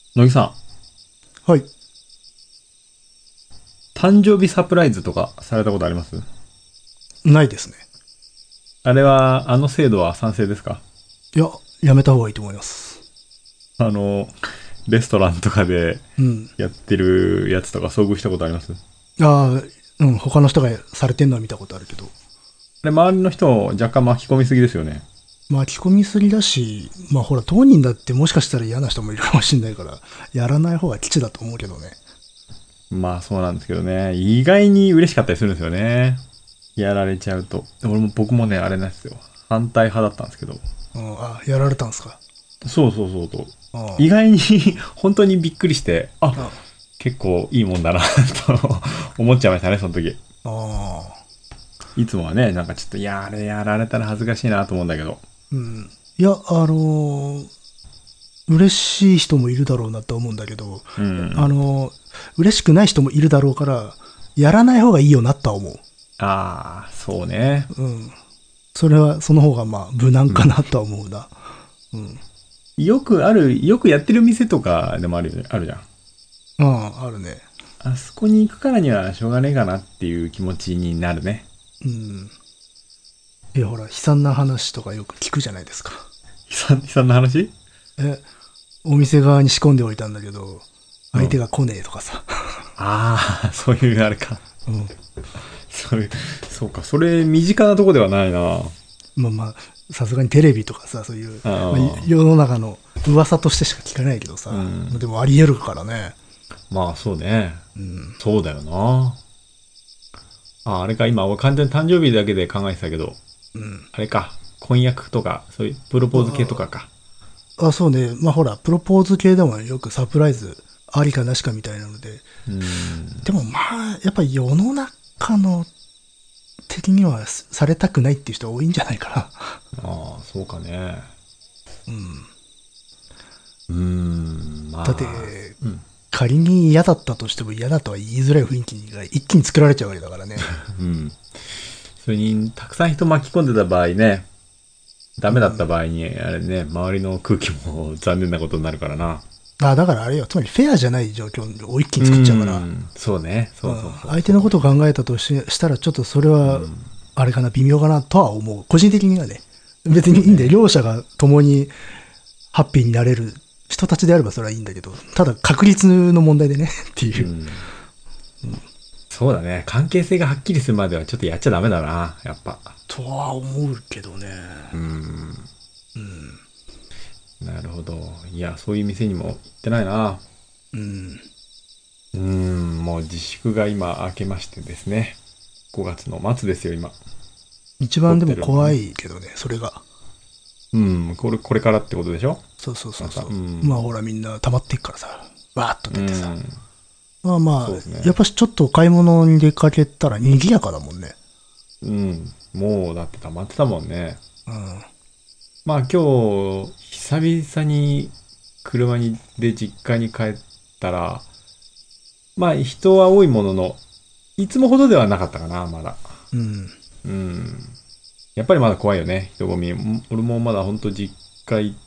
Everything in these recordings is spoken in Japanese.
乃木さん、 はい。 誕生日サプライズとかされたことあります？ ないですね。 あれは、あの制度は賛成ですか？ いや、やめた方がいいと思います。 あの、レストランとかでうん。 やってるやつとか遭遇したことあります？ ああ、うん、他の人がされてんのは見たことあるけど、 あれ、周りの人を若干巻き込みすぎですよね。 巻き込みすぎだし、まあほら、当人だってもしかしたら嫌な人もいるかもしれないから、やらない方が吉だと思うけどね。 まあそうなんですけどね。意外に嬉しかったりするんですよね。やられちゃうと。僕もね、あれなんですよ。反対派だったんですけど。 うん、あ、やられたんすか。 そうそうそうと。 うん。 意外に本当にびっくりして、あ、 あ結構いいもんだなと思っちゃいましたね、その時。 あ、 いつもはね、なんかちょっと、いや、あれやられたら恥ずかしいなと思うんだけど。 うん。いや、嬉しい人もいるだろうなと思うんだけど、 うん。 あの嬉しくない人もいるだろうから、やらない方がいいよなとは思う。 ああ、そうね。 うん。それは、その方がまあ、無難うん。 かなとは思うな。うん。 よくやってる店とかでもあるよね、あるじゃん。 ああ、あるね。 あそこに行くからにはしょうがねえかなっていう気持ちになるね。 うん。いや、ほら、悲惨な話とかよく聞くじゃないですか。 悲惨な話？ え、お店側に仕込んでおいたんだけど、 うん。 相手が来ねえとかさ。 ああ、そういうあれか。 うん。 それ、そうか、それ身近なとこではないな。 まあまあ、さすがにテレビとかさ、そういう、まあ、 ああ、 世の中の噂としてしか聞かないけどさ、 うん。 まあでもあり得るからね。 まあ、そうね。 うん。 そうだよな。あ、あれか、今、俺完全に誕生日だけで考えてたけど、 うん。 あれか、婚約とか、そういうプロポーズ系とかか。 あ、そうね。まあほら、プロポーズ系でもよくサプライズありかなしかみたいなので。 うーん。 でもまあ、やっぱり世の中の的にはされたくないっていう人多いんじゃないかああ、そうかね。 な。うん。 うーん、 だっまあ、 て、 うん。 仮に嫌だったとしても嫌だとは言いづらい雰囲気が一気に作られちゃうわけだからね。 うん。それに、たくさん人巻き込んでた場合ね、ダメだったうん。 場合に、あれね、周りの空気も残念なことになるからな。 あ、だからあれよ。つまりフェアじゃない状況を一気うーに作っちゃうから、 ん、そうね。 うん。 そうそうそう相手のそことを考えたとしたら、ちょっとそれは、 う。うん。 あれかな、微妙かなとは思う。個人的にはね。別にいいんで、 そうね。 両者が共にハッピーになれる人たちであればそれはいいんだけど、ただ確率の問題でねっていう。 うん。そうだね。関係性がはっきりするまではちょっとやっちゃダメだな。やっぱ。 とは思うけどね。 うーん。 うん。 なるほど。いや、そういう店にも行ってないな。 うん。 うーん、もう自粛が今明けましてですね。5月の末ですよ、今。 一撮っ番でも怖てるのはね。 いけどね、それが。 うん、これからってことでしょ？ そうそうそうまた、 そうう。まあん。 ほらみんな溜まっていくからさ、わーっとう出てさ。 ん。 まあまあ、 そうですね。 やっぱしちょっとお買い物に出かけたら賑やかだもんね。 うん。もう、だって溜まってたもんね。 うん。 まあ今日、久々に車で実家に帰ったら、まあ人は多いものの、いつもほどではなかったかな、まだ。 うん。 うん。やっぱりまだ怖いよね、人混み。俺もまだほんと実家行って、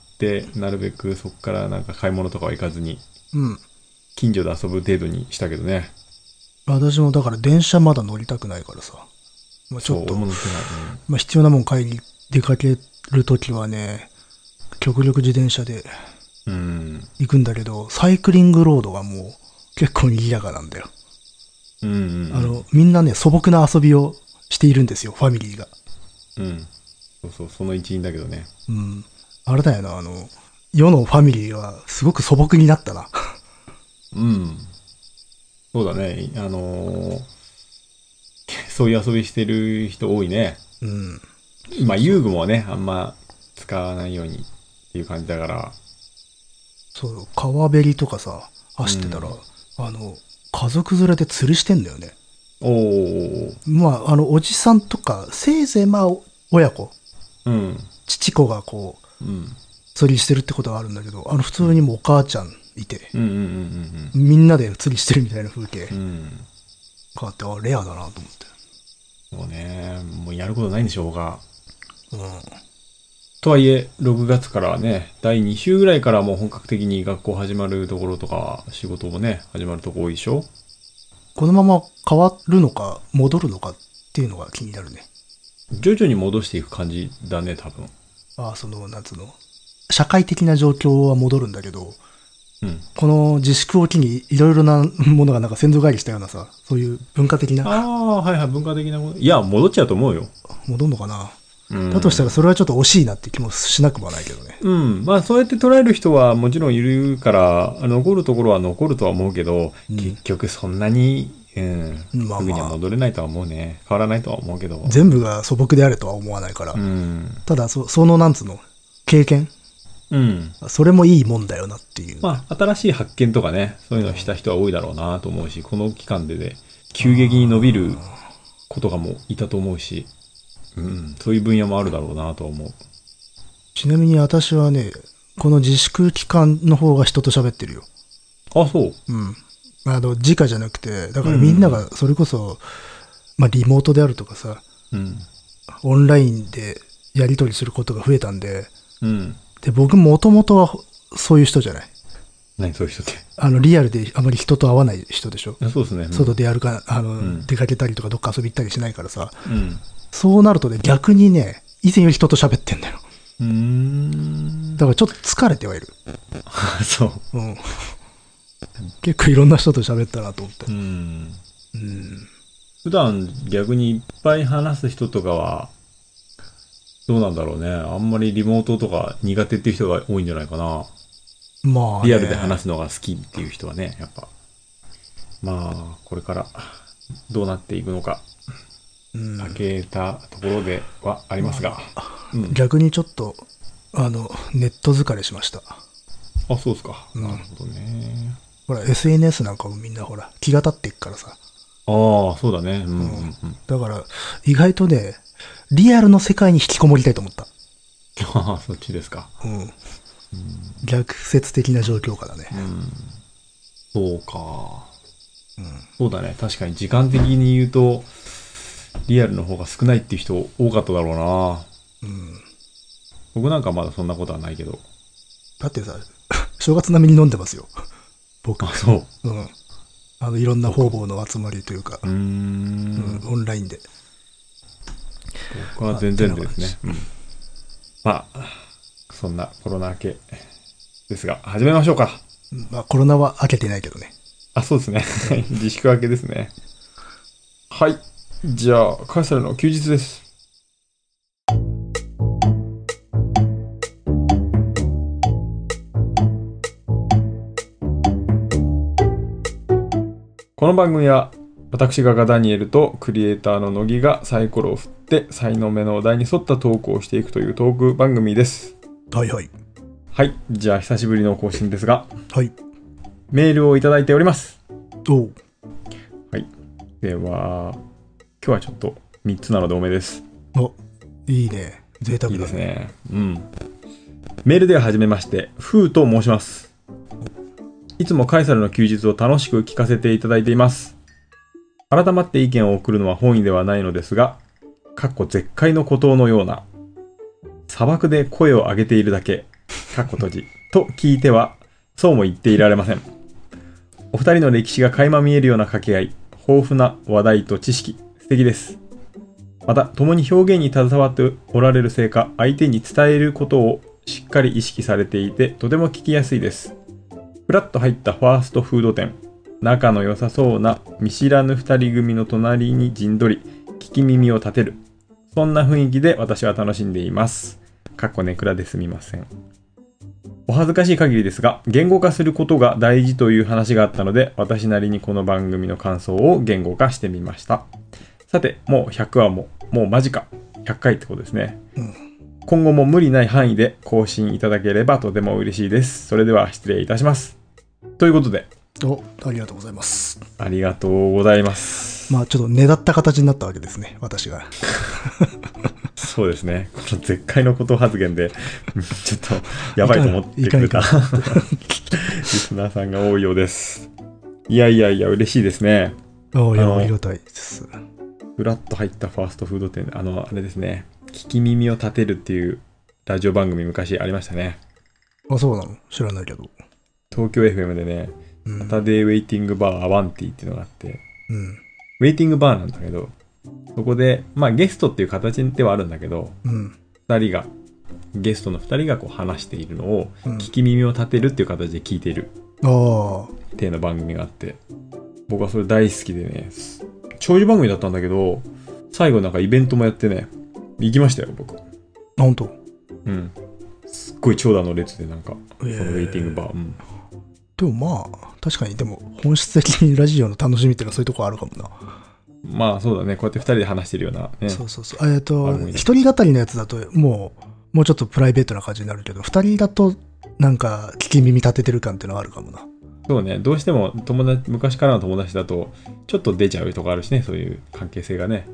なるべくそっからなんか買い物とかは行かずに、 うん。 近所で遊ぶ程度にしたけどね。 私もだから電車まだ乗りたくないからさ。まあちょそう、俺っと、 も乗ってない。うん。 まあ必要なもん買いに出かけるときはね、極力自転車でうん。 行くんだけど、サイクリングロードがもう結構賑やかなんだよ。 うんうんみんなね、素朴な遊びをしているんですよ、ファミリーが。 うん。うん。そうそう、その一員だけどね。 うん。あれだよな、世のファミリーはすごく素朴になったな。 うん。そうだね。そういう遊びしてる人多いね。 うん。 まあそう。 遊具もね、あんま使わないようにっていう感じだから。 そう、川べりとかさ、 う走ってたら、 ん。 家族連れで釣りしてんだよね。 おー。 まあ、おじさんとか、せいぜいまあ、親子、 うん。 父子がこう、 うん。 釣りしてるってことはあるんだけど、普うん。 通にもうお母ちゃんいて、 うんうんうんみんなで釣りしてるみたいな風景うんうん。うん。 があって、レアだなと思って。 もうね、もうやることないんでしょうが。 うん。 とはいえ、6月からはね、第2週ぐらいからもう本格的に学校始まるところとか、仕事もね、始まるとこ多いでしょ？ このまま変わるのか、戻るのかっていうのが気になるね。 徐々に戻していく感じだね、多分。 なんつうの、社会的な状況は戻るんだけど、 うん。 この自粛を機にいろいろなものがなんか先祖返りしたようなさ、そういう文化的な、 ああ、はいはい、文化的なこと。いや、戻っちゃうと思うよ。 戻るのかな。 うん。 だとしたらそれはちょっと惜しいなって気もしなくもないけどね。 うん。まあ、そうやって捉える人はもちろんいるから、残るところは残るとは思うけど、 うん、 結局そんなに、うん、 まあすぐには戻れないとは思うね。変わらないとは思うけど。 全部が素朴であれとは思わないから。 うん。 ただそのなんつうの、経験、 うん。 それもいいもんだよなっていう。 まあ、新しい発見とかね、そういうのをした人は多いだろうなと思うし、この期間でね、急激に伸びる子とかもいたと思うし、うん、そういう分野もあるだろうなと思う。 ちなみに私はね、この自粛期間の方が人と喋ってるよ。 あ、そう。 うん。直じゃなくて、だからみんながそれこそ、まあリモートであるとかさ、 うん。 オンラインでやり取りすることが増えたんで、 うん。 で、僕もともとはそういう人じゃない。 何そういう人って。 リアルであまり人と会わない人でしょ。 そうですね。うん、 外でやるか、 ん出かけたりとかどっか遊び行ったりしないからさ、 うん。 そうなるとね、逆にね、以前より人と喋ってんだよ。だからちょっと疲れてはいる。 そう。 うん。結構いろんな人と喋ったなと思って。 うん。 うん。 普段逆にいっぱい話す人とかは、どうなんだろうね。あんまりリモートとか苦手っていう人が多いんじゃないかな。 まあね。 リアルで話すのが好きっていう人はね、やっぱ。まあ、これからどうなっていくのか、避けたところではありますが。うん、 逆にちょっと、ネット疲れしました。 あ、そうですか。 うん、 なるほどね。 ほら、SNS なんかもみんなほら、気が立っていくからさ。 ああ、そうだね。うんうんうん。 だから、意外とね、リアルの世界に引きこもりたいと思った。 ああ、そっちですか。 うん。逆説的な状況下だね。 そうか。そうだね。確かに時間的に言うと、リアルの方が少ないっていう人多かっただろうな。僕なんかまだそんなことはないけど。 だってさ、正月並みに飲んでますよ。僕。 あ、そう。 いろんな方々の集まりというか、オンラインで。 僕は全然ですね。まあ、そんなコロナ明けですが、始めましょうか。 まあ、コロナは明けてないけどね。 あ、そうですね。自粛明けですね。はい。じゃあ、カエサルの休日です。この番組は、私がダニエルとクリエイターの乃木がサイコロを振って才能目のお題に沿ったトークをしていくというトーク番組です。 はいはい。 はい。じゃあ、久しぶりの更新ですが、 はい。 メールをいただいております。 おう。 はい。では、今日はちょっと3つなので多めです。 お、いいね。贅沢だね。 いいですね。うん。メールでは初めまして、フーと申します。いつもカエサルの休日を楽しく聞かせていただいています。改まって意見を送るのは本意ではないのですが、絶海の孤島のような、砂漠で声を上げているだけ、閉じ、と聞いては、そうも言っていられません。お二人の歴史が垣間見えるような掛け合い、豊富な話題と知識、素敵です。また、共に表現に携わっておられるせいか、相手に伝えることをしっかり意識されていて、とても聞きやすいです。ふらっと入ったファーストフード店、仲の良さそうな見知らぬ二人組の隣に陣取り、聞き耳を立てる。そんな雰囲気で私は楽しんでいます。ネクラですみません。お恥ずかしい限りですが、言語化することが大事という話があったので、私なりにこの番組の感想を言語化してみました。さて、もう100話も、もう間近。100回ってことですね。今後も無理ない範囲で更新いただければとても嬉しいです。それでは失礼いたします。ということで。 ありがとうございます。 ありがとうございます。 まあちょっとねだった形になったわけですね、私が。 そうですね。この絶海のこと発言で、ちょっとやばいと思ってくれたリスナーさんが多いようです。いやいやいや、嬉しいですね。 いや、ありがたいです。 フラッと入ったファーストフード店、あれですね。聞き耳を立てるっていう、 ラジオ番組昔ありましたね。 あ、そうなの？知らないけど。 東京 FM でね、サタデーウェイティングバーアワンティっていうのがあって、ウェイティングバーなんだけど、そこで、まあゲストっていう形ではあるんだけど、ゲストの2人がこう話しているのを、聞き耳を立てるっていう形で聞いているっていうの番組があって、僕はそれ大好きでね、長寿番組だったんだけど、最後なんかイベントもやってね、行きましたよ、僕。 本当？ すっごい長蛇の列でなんか、そのウェイティングバー。 でもまあ、確かに、でも本質的にラジオの楽しみっていうのはそういうとこあるかもな。 まあそうだね、こうやって2人で話してるようなね。 そう。一人語りのやつだともうちょっとプライベートな感じになるけど、2人だとなんか聞き耳立ててる感っていうのはあるかもな。 そうね、どうしても昔からの友達だとちょっと出ちゃうとこあるしね、そういう関係性がね。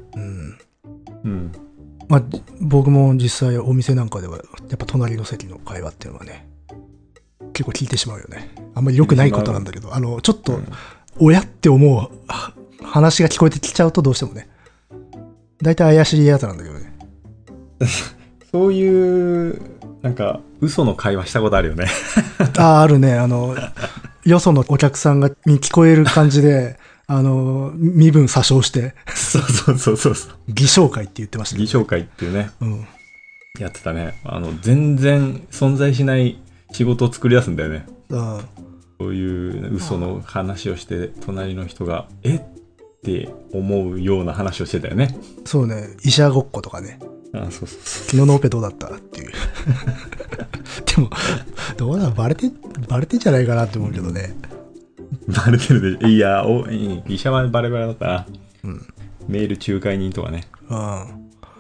まあ僕も実際お店なんかではやっぱ隣の席の会話っていうのはね、結構聞いてしまうよね。あんまり良くないことなんだけど、ちょっと親って思う話が聞こえてきちゃうとどうしてもね、大体怪しいやつなんだけどね。 そういうなんか嘘の会話したことあるよね。 あるね。よそのお客さんに聞こえる感じで、身分詐称して。 そう。 偽証会って言ってましたね。 偽証会っていうね。やってたね。全然存在しない仕事を作り出すんだよね。そういう嘘の話をして、隣の人が、って思うような話をしてたよね。 そうね。医者ごっことかね。 そう。 昨日のオペどうだったっていう。でも、どうだ、バレてんじゃないかなって思うけどね。 バレてるで。いや、医者はバレバレだったな。メール仲介人とかね。 ま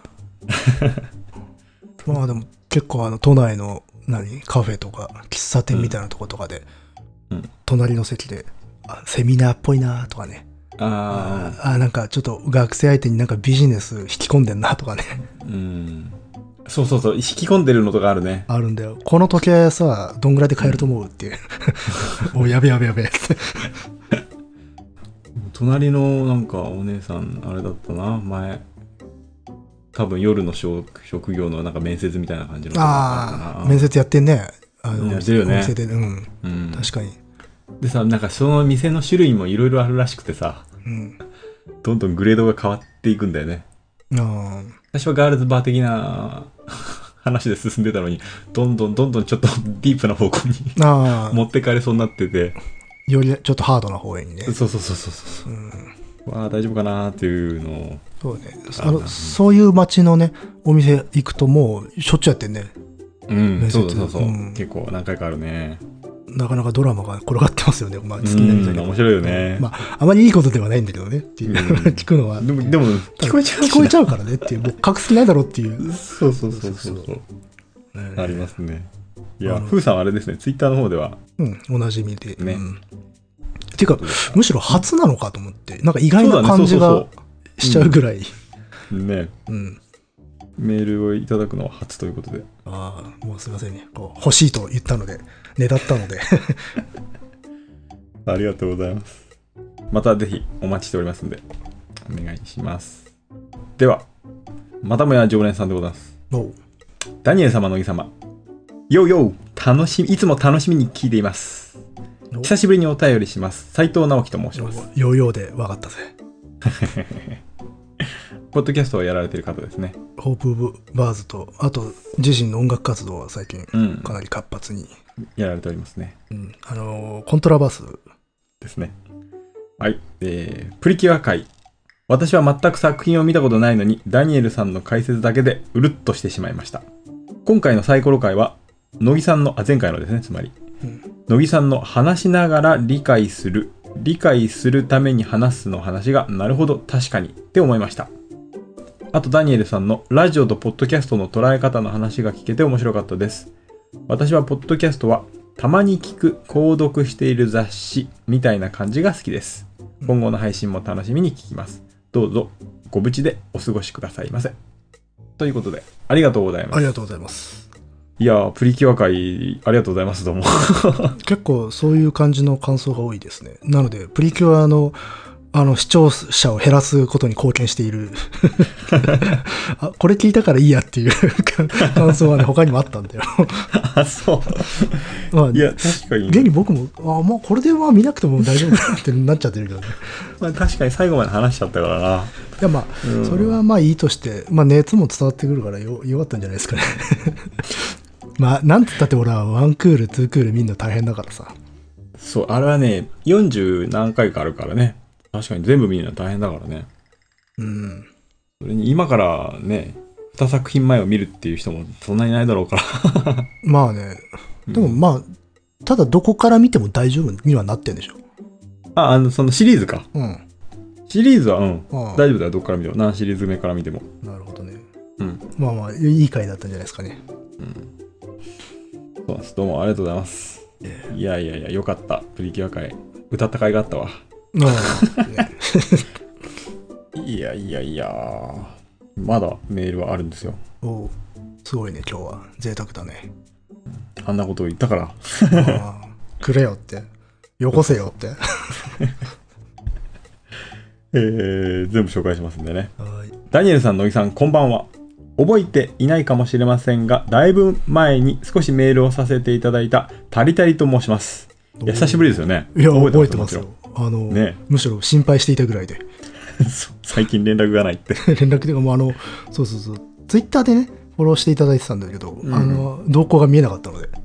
あでも結構都内のカフェとか喫茶店みたいなとことかで、隣の席でセミナーっぽいなとかね。なんかちょっと学生相手になんかビジネス引き込んでんなとかね。 そう引き込んでるのとかあるね。 あるんだよ。この時計さ、どんぐらいで買えると思うっていう。おやべって。 隣のなんかお姉さんあれだったな、前多分夜の職業のなんか面接みたいな感じの。 面接やってんね。 やってるよね。 お店で確かに。 でさ、なんかその店の種類もいろいろあるらしくてさ、どんどんグレードが変わっていくんだよね。最初はガールズバー的な話で進んでたのに、どんどんちょっとディープな方向に持ってかれそうになってて、 よりちょっとハードな方へにね。 そう。大丈夫かなっていうのを。 そうね。そういう街のね、お店行くともうしょっちゅうやってんね。 そう。結構何回かあるね。 なかなかドラマが転がってますよね。まあ好きなんだけど。 面白いよね。 まああまりいいことではないんだけどねっていう聞くのは。 でも聞こえちゃうからねっていう。もう隠す気ないだろうっていう。 そう。ありますね。いや、ふうさんはあれですね。ツイッターの方では。 おなじみで。ね。っていうか、むしろ初なのかと思って、なんか意外な感じがしちゃうぐらい。 ね。メールをいただくのは初ということで。 もうすいませんね。欲しいと言ったので、ねだったので。 ありがとうございます。またぜひお待ちしておりますので、お願いします。では、またもや常連さんでございます。ダニエル様、乃木様。よいつも楽しみに聞いています。久しぶりにお便りします。斉藤直樹と申します。 ヨーヨーで分かったぜ。 ポッドキャストをやられている方ですね。 ホープ・オブ・バーズと、あと自身の音楽活動は最近かなり活発に、 やられておりますね。 コントラバスですね。はい。プリキュア界。私は全く作品を見たことないのに、ダニエルさんの解説だけでうるっとしてしまいました。今回のサイコロ回は、乃木さんの、前回のですね、つまり。乃木さんの話しながら理解するために話すの話が、なるほど、確かに、って思いました。あとダニエルさんのラジオとポッドキャストの捉え方の話が聞けて面白かったです。私はポッドキャストはたまに聞く、購読している雑誌みたいな感じが好きです。今後の配信も楽しみに聞きます。どうぞご無事でお過ごしくださいませ。ということで、ありがとうございます。 ありがとうございます。 いや、プリキュア界ありがとうございます。どうも。 結構そういう感じの感想が多いですね。なのでプリキュアの視聴者を減らすことに貢献している。これ聞いたからいいやっていう感想はね、他にもあったんだよ。 あ、そう。まあ、いや、確かに。 現に僕も、まあ、これでは見なくても大丈夫だってなっちゃってるけどね。 まあ、確かに最後まで話しちゃったからな。 いや、まあ、それはまあいいとして、まあ、熱も伝わってくるからよかったんじゃないですかね。まあ、なんつったって俺は1クール、2クール見んの大変だからさ。 そう、あれはね、40何回かあるからね。確かに全部見るのは大変だからね。 うん。 それに今からね、2作品前を見るっていう人もそんなにいないだろうから。 まあね。でもまあ、ただどこから見ても大丈夫にはなってんでしょ。 そのシリーズか。 うん。 シリーズは、大丈夫だよ、どっから見ても。何シリーズ目から見ても。 なるほどね。 うん。 まあまあ、いい回だったんじゃないですかね。 うん。そうです。どうもありがとうございます。いや、よかった。プリキュア回。歌った回があったわ。ね、いや。まだメールはあるんですよ。 おすごいね、今日は。贅沢だね。 あんなことを言ったから。 くれよって。よこせよって。 全部紹介しますんでね。ダニエルさん、乃木さん、こんばんは。覚えていないかもしれませんが、だいぶ前に少しメールをさせていただいたタリタリと申します。いや、久しぶりですよね。 いや、覚えてますよ。 ね、 むしろ心配していたぐらいで。 最近連絡がないって。 連絡というか、もうそう。ツイッターでね、フォローしていただいてたんだけど、動向が見えなかったので。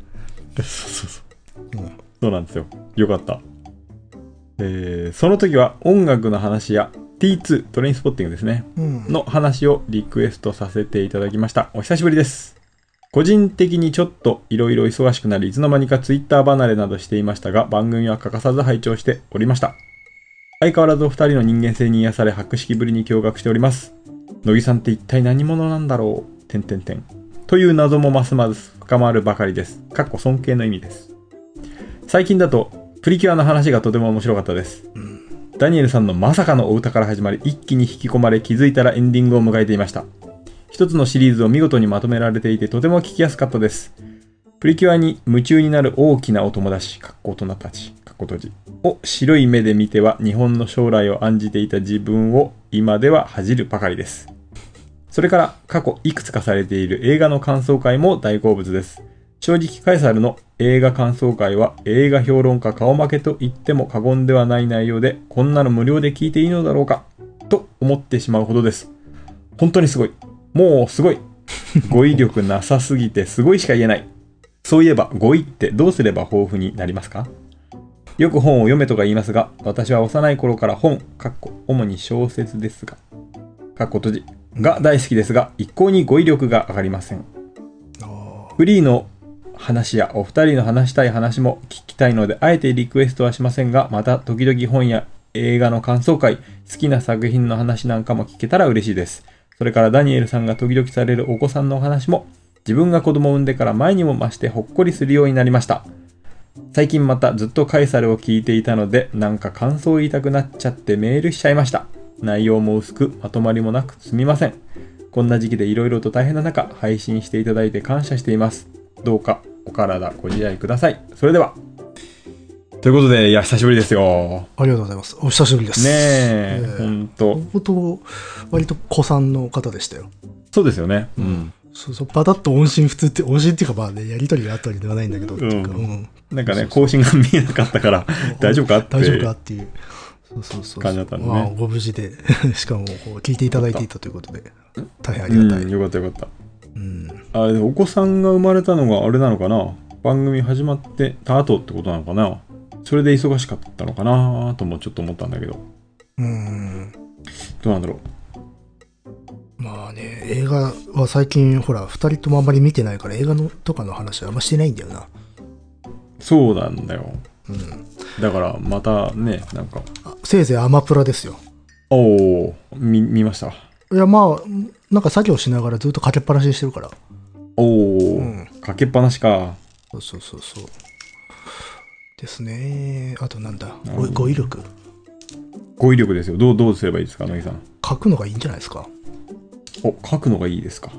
そうなんですよ。よかった。その時は音楽の話や T2 トレインスポッティングですね、の話をリクエストさせていただきました。お久しぶりです。個人的にちょっといろいろ忙しくなり、いつの間にかツイッター離れなどしていましたが、番組は欠かさず拝聴しておりました。相変わらずお二人の人間性に癒され、博識ぶりに驚愕しております。乃木さんって一体何者なんだろうという謎もますます深まるばかりです。かっこ尊敬の意味です。最近だとプリキュアの話がとても面白かったです。ダニエルさんのまさかのお歌から始まり、一気に引き込まれ、気づいたらエンディングを迎えていました。一つのシリーズを見事にまとめられていて、とても聞きやすかったです。プリキュアに夢中になる大きなお友達、大人たち、閉じを白い目で見ては日本の将来を案じていた自分を今では恥じるばかりです。それから過去いくつかされている映画の感想会も大好物です。正直カエサルの映画感想会は映画評論家顔負けと言っても過言ではない内容で、こんなの無料で聞いていいのだろうかと思ってしまうほどです。本当にすごい。もうすごい。語彙力なさすぎてすごいしか言えない。そういえば語彙ってどうすれば豊富になりますか？よく本を読めとか言いますが、私は幼い頃から本、主に小説ですが、閉じが大好きですが、一向に語彙力が上がりません。フリーの話やお二人の話したい話も聞きたいので、あえてリクエストはしませんが、また時々本や映画の感想会、好きな作品の話なんかも聞けたら嬉しいです。それからダニエルさんが時々されるお子さんのお話も、自分が子供を産んでから前にも増してほっこりするようになりました。最近またずっとカエサルを聞いていたので、なんか感想を言いたくなっちゃってメールしちゃいました。内容も薄くまとまりもなくすみません。こんな時期でいろいろと大変な中、配信していただいて感謝しています。どうかお体ご自愛ください。それでは。ということで、いや、久しぶりですよ。 ありがとうございます。お久しぶりです。 ねえ、ほんと。 割と古参の方でしたよ。 そうですよね。うん。 そう、パタッと音信不通って、音信っていうかまあね、やりとりがあったりではないんだけど、 なんかね、更新が見えなかったから、大丈夫かっていう。そう感じだったんでね。 ご無事で、しかも聞いていただいていたということで、大変ありがたい。 よかった。あれ、お子さんが生まれたのがあれなのかな、番組始まってた後ってことなのかな、それで忙しかったのかなともちょっと思ったんだけど。どうなんだろう。 まあね、映画は最近ほら2人ともあんまり見てないから、映画のとかの話はあんましてないんだよな。 そうなんだよ。だからまたね、なんかせいぜいアマプラですよ。 おお、見ました。いや、まあなんか作業しながらずっとかけっぱなししてるから。 おお、かけっぱなしか。 そうですね。あとなんだ、語彙力ですよ。 どうすればいいですか、乃木さん。 書くのがいいんじゃないですか。 書くのがいいですか。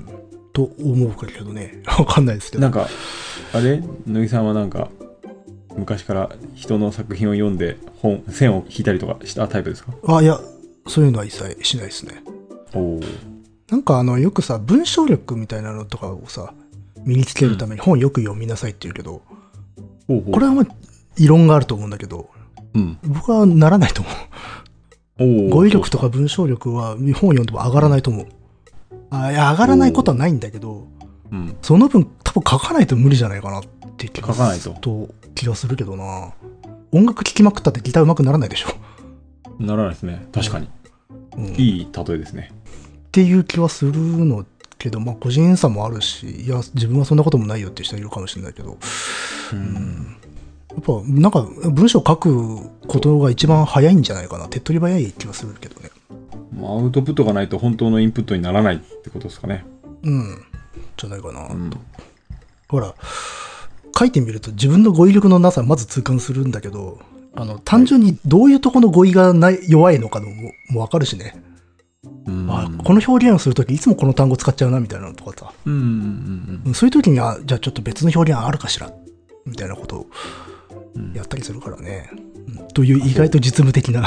と思うけどね。わかんないですけど。 なんかあれ、乃木さんはなんか昔から人の作品を読んで線を引いたりとかしたタイプですか？ いや、そういうのは一切しないですね。 おお。 なんかよくさ、文章力みたいなのとかをさ、身につけるために本よく読みなさいって言うけど、 ほうほう。 これはまあ、異論があると思うんだけど、 うん。 僕はならないと思う。 おお。 語彙力とか文章力は本読んでも上がらないと思う。いや、上がらないことはないんだけど、 うん。 その分多分書かないと無理じゃないかなって気が書かない気がするけどな。音楽聴きまくったってギター上手くならないでしょ。 ならないですね。確かに。 うん、 いい例えですね。 っていう気はするのけど、まあ個人差もあるし、いや、自分はそんなこともないよっていう人いるかもしれないけど、やっぱなんか文章書くことが一番早いんじゃないかな。手っ取り早い気がするけどね。 アウトプットがないと本当のインプットにならないってことですかね。 じゃないかな、ほら、書いてみると自分の語彙力のなさまず痛感するんだけど、単純にどういうところの語彙が弱いのかのもわかるしね。この表現をするときいつもこの単語使っちゃうなみたいなのとかさ。そういうときには、じゃあちょっと別の表現あるかしらみたいなことをやったりするからね。という意外と実務的な。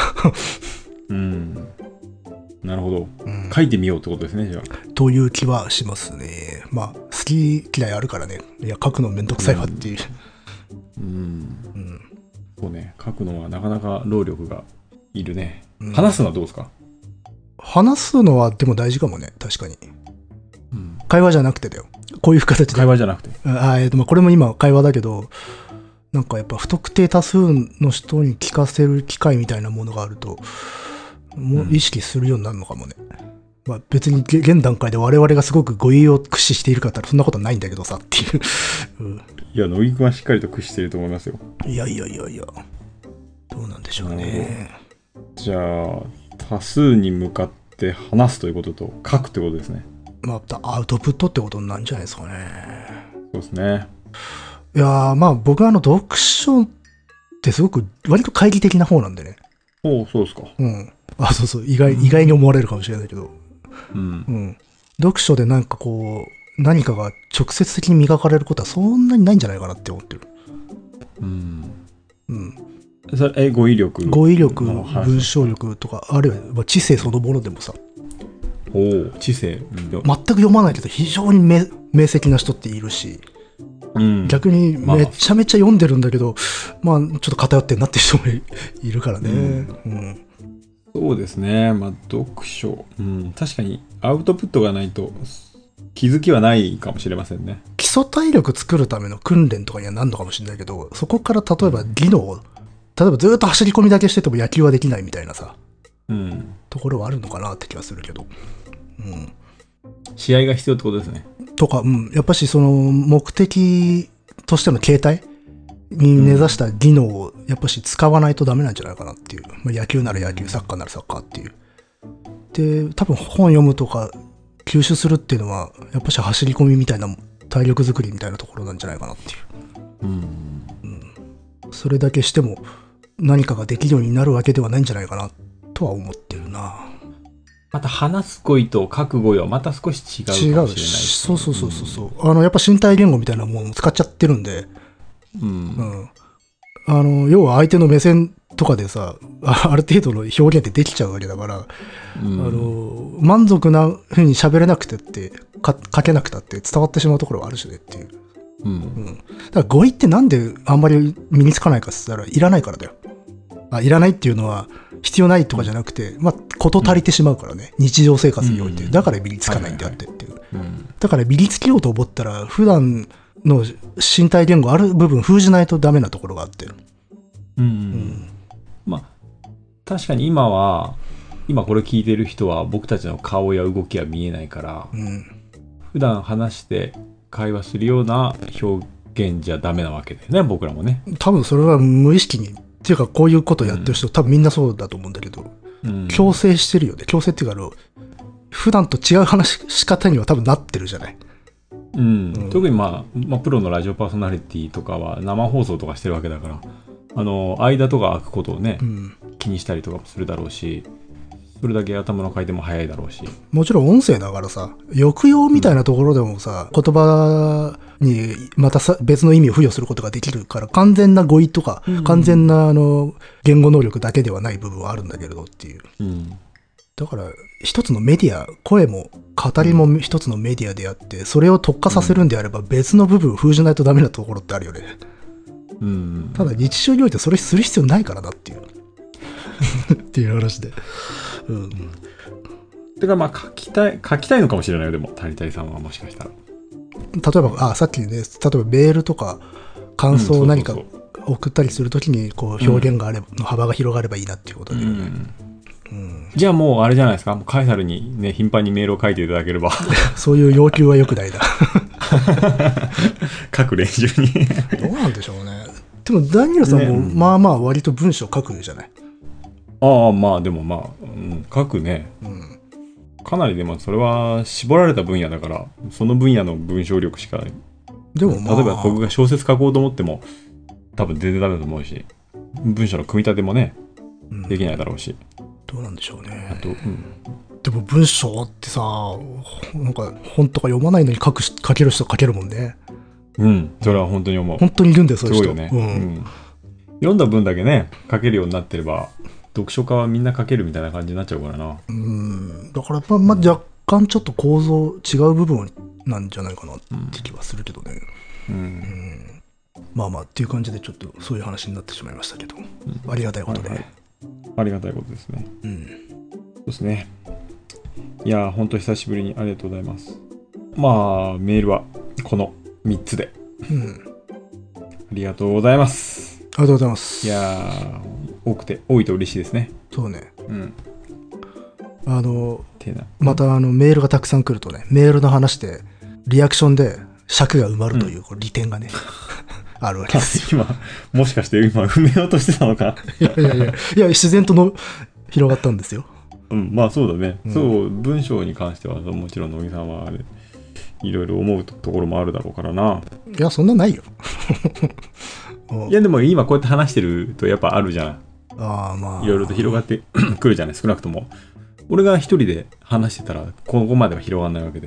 なるほど、書いてみようってことですね、じゃあ。 という気はしますね。まあ、好き嫌いあるからね。いや、書くのめんどくさいわっていう。 そうね、書くのはなかなか労力がいるね。話すのはどうですか？ 話すのはでも大事かもね、確かに。会話じゃなくてだよ。こういう形で。 会話じゃなくて。 これも今会話だけど、なんかやっぱ不特定多数の人に聞かせる機会みたいなものがあると、もう意識するようになるのかもね。まあ別に現段階で我々がすごく語彙を駆使しているかって言ったらそんなことないんだけどさっていう。 いや、乃木くんはしっかりと駆使していると思いますよ。 いや。どうなんでしょうね。 じゃあ、多数に向かって話すということと書くということですね。 まあアウトプットってことになるんじゃないですかね。 そうですね。 いやまあ僕は読書ってすごく割と懐疑的な方なんでね。 そうですか。 そう意外に思われるかもしれないけど、読書でなんかこう何かが直接的に磨かれることはそんなにないんじゃないかなって思ってる。 それ語彙力、 文章力とか、あるいは知性そのものでもさ。 知性。 全く読まないけど非常に明晰な人っているし、逆にめちゃめちゃ読んでるんだけど、まあちょっと偏ってんなって人もいるからね。 そうですね。まあ読書、確かにアウトプットがないと気づきはないかもしれませんね。 基礎体力作るための訓練とかにはなるのかもしれないけど、そこから例えば技能、例えばずっと走り込みだけしてても野球はできないみたいなさ、ところはあるのかなって気はするけど、 試合が必要ってことですね。 とか、やっぱしその目的としての形態に根ざした技能をやっぱし使わないとダメなんじゃないかなっていう。野球なら野球、サッカーならサッカーっていう。で、多分本読むとか吸収するっていうのはやっぱし走り込みみたいな体力作りみたいなところなんじゃないかなっていう。それだけしても何かができるようになるわけではないんじゃないかなとは思ってるな。 また話す語彙と書く語彙はまた少し違うかもしれないですね。 そう。やっぱ身体言語みたいなものを使っちゃってるんで、要は相手の目線とかでさ、ある程度の表現ってできちゃうわけだから、満足な風に喋れなくてって書けなくたって伝わってしまうところはあるしねっていう。だから語彙ってなんであんまり身につかないかって言ったらいらないからだよ。いらないっていうのは必要ないとかじゃなくて、事足りてしまうからね、日常生活において。だから身につかないんであってっていう。だから身につけようと思ったら普段の身体言語ある部分封じないとダメなところがあって。 確かに今これ聞いてる人は僕たちの顔や動きは見えないから、普段話して会話するような表現じゃダメなわけだよね、僕らもね。 多分それは無意識にっていうか、こういうことやってる人、多分みんなそうだと思うんだけど、強制してるよね。強制っていうか普段と違う話し方には多分なってるじゃない。 特にプロのラジオパーソナリティとかは生放送とかしてるわけだから、間とか空くことをね、気にしたりとかもするだろうし、 それだけ頭の回転も速いだろうし。 もちろん音声だからさ、抑揚みたいなところでもさ、言葉にまたさ別の意味を付与することができるから、完全な語彙とか、完全な言語能力だけではない部分はあるんだけれどっていう。だから一つのメディア、声も語りも一つのメディアであって、それを特化させるんであれば別の部分を封じないとダメなところってあるよね。ただ日常においてそれする必要ないからなっていうっていう話で。 てかまあ書きたいのかもしれないよ。でもタリタリさんはもしかしたら。 例えばさっきね、例えばメールとか感想を何か送ったりするときにこう表現があれば、の幅が広がればいいなっていうことで、 じゃあもうあれじゃないですか。カエサルにね頻繁にメールを書いていただければそういう要求は良くないな書く練習にどうなんでしょうね。でもダニエルさんもまあまあ割と文章書くじゃない。 ああまあでもまあ、書くね、かなりでもそれは絞られた分野だからその分野の文章力しかない。でも、例えば僕が小説書こうと思っても多分全然ダメだと思うし、文章の組み立てもね、できないだろうし。 どうなんでしょうね。あと、でも文章ってさ、なんか本とか読まないのに書ける人書けるもんね。 それは本当に思う。 本当にいるんだよ、そういう人。 すごいよね。読んだ分だけね、書けるようになってれば、読書家はみんな書けるみたいな感じになっちゃうからな。 だから若干ちょっと構造違う部分なんじゃないかなって気はするけどね。まあまあっていう感じでちょっとそういう話になってしまいましたけど、ありがたいことで。 ありがたいことですね。そうですね。いやー、ほんと久しぶりにありがとうございます。まあ、メールはこの3つで。ありがとうございます。 ありがとうございます。 いやー、多いと嬉しいですね。 そうね。またメールがたくさん来るとね、メールの話でリアクションで尺が埋まるという利点がね、あるわけです。 もしかして今埋めようとしてたのかいや自然と広がったんですよ。 まあそうだね。そう、文章に関してはもちろん乃木さんはいろいろ思うところもあるだろうからな。 いやそんなないよいやでも今こうやって話してるとやっぱあるじゃん。いろいろと広がってくるじゃない。少なくとも俺が一人で話してたらここまでは広がらないわけで。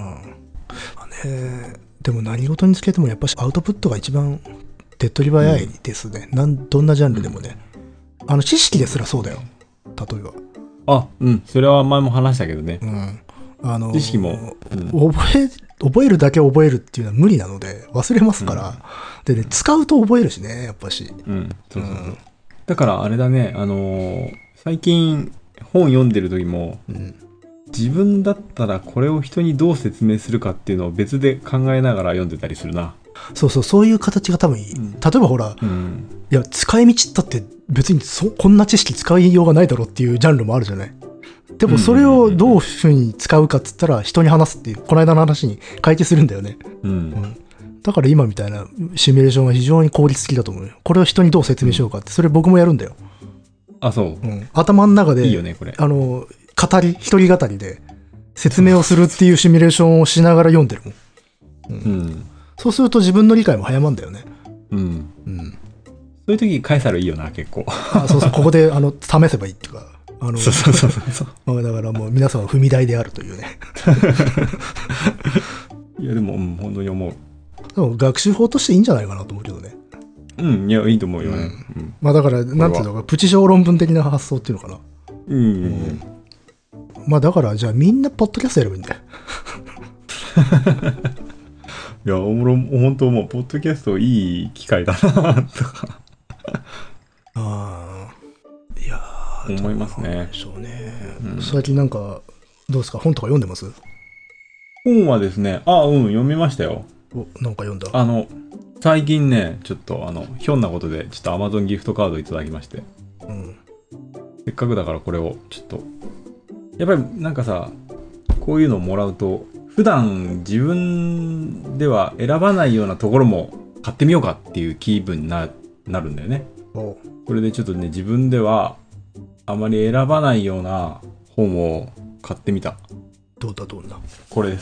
でも何事につけてもやっぱしアウトプットが一番手っ取り早いですね。どんなジャンルでもね。知識ですらそうだよ。例えば。 それは前も話したけどね。知識も、 覚えるだけ覚えるっていうのは無理なので忘れますから。でね、使うと覚えるしね、やっぱし。 そうだからあれだね、最近本読んでる時も、自分だったらこれを人にどう説明するかっていうのを別で考えながら読んでたりするな。そういう形が多分いい。例えばほら、いや使い道だって別にこんな知識使いようがないだろうっていうジャンルもあるじゃない。でもそれをどういうふうに使うかっつったら人に話すっていうこの間の話に解決するんだよね。だから今みたいなシミュレーションは非常に効率的だと思うよ。これを人にどう説明しようかって、それ僕もやるんだよ。 そう。 頭の中でいいよねこれ。一人語りで説明をするっていうシミュレーションをしながら読んでるもん。そうすると自分の理解も早まんだよね。 そういう時カエサルいいよな結構。 そうここで試せばいいっていうか。そうだからもう皆さんは踏み台であるというね。 いやでも本当に思う。 でも学習法としていいんじゃないかなと思うけどね。 いやいいと思うよね。 だからなんていうのかプチ小論文的な発想っていうのかな。だからじゃあみんなポッドキャストやればいいんだよ。 いや本当もうポッドキャストいい機会だなとか。 いや思いますね。 そうね。最近なんかどうですか、本とか読んでます？ 本はですね、読みましたよ。 なんか読んだ？ 最近ね、ちょっとひょんなことでちょっと Amazon ギフトカードいただきまして、せっかくだからこれをちょっとやっぱりなんかさ、こういうのをもらうと普段自分では選ばないようなところも買ってみようかっていう気分になるんだよね。これでちょっとね、自分ではあまり選ばないような本を買ってみた。 どんなこれです。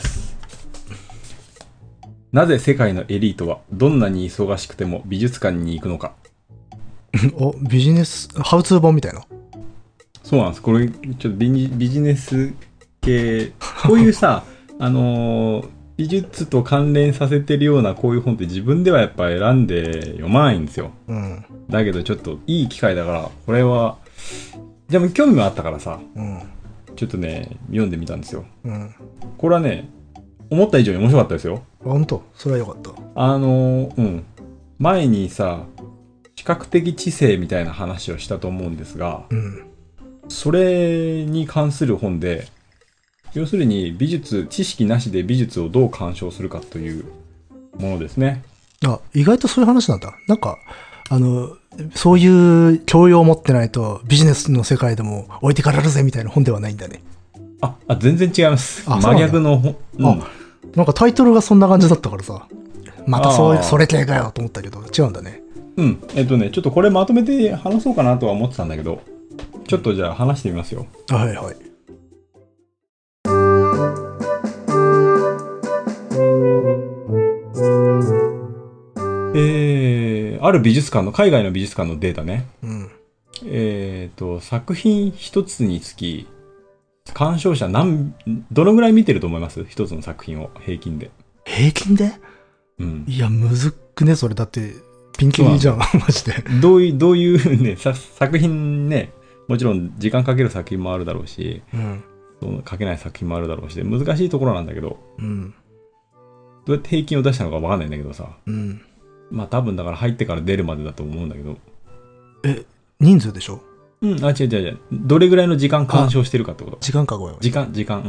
なぜ世界のエリートはどんなに忙しくても美術館に行くのか。 ビジネスハウツー本みたいな。 そうなんです。これ、ちょっとビジネス系、こういうさ、美術と関連させてるようなこういう本って自分ではやっぱ選んで読まないんですよ。 うん。 だけどちょっといい機会だから、これは、でも興味もあったからさ、 うん。 ちょっとね、読んでみたんですよ。 うん。 これはね、思った以上に面白かったですよ。 ほんと、それはよかった。 うん。前にさ、視覚的知性みたいな話をしたと思うんですが、 うん。 それに関する本で、要するに知識なしで美術をどう鑑賞するかというものですね。 あ、意外とそういう話なんだ。なんか、そういう教養を持ってないとビジネスの世界でも置いてかれるぜみたいな本ではないんだね。 全然違います。 あ、 真逆の本。 あ、なんかタイトルがそんな感じだったからさ、またそれ系かよと思ったけど、違うんだね。 うん。ちょっとこれまとめて話そうかなとは思ってたんだけど、ちょっとじゃあ話してみますよ。 はいはい。 ある美術館の、海外の美術館のデータね。 うん。 作品一つにつき、鑑賞者どのぐらい見てると思います？一つの作品を平均で。 平均で？ うん。 いや、むずくね、それ。だって、ピンキリじゃん、マジで。 どういうね、作品ね、もちろん時間かける作品もあるだろうし、 うん。 かけない作品もあるだろうし、難しいところなんだけど、 うん。 どうやって平均を出したのかわかんないんだけどさ。 うん。 まあ多分だから入ってから出るまでだと思うんだけど。 人数でしょ？ うん、違う。どれぐらいの時間鑑賞してるかってこと。 時間か、ごめん。 時間、うん。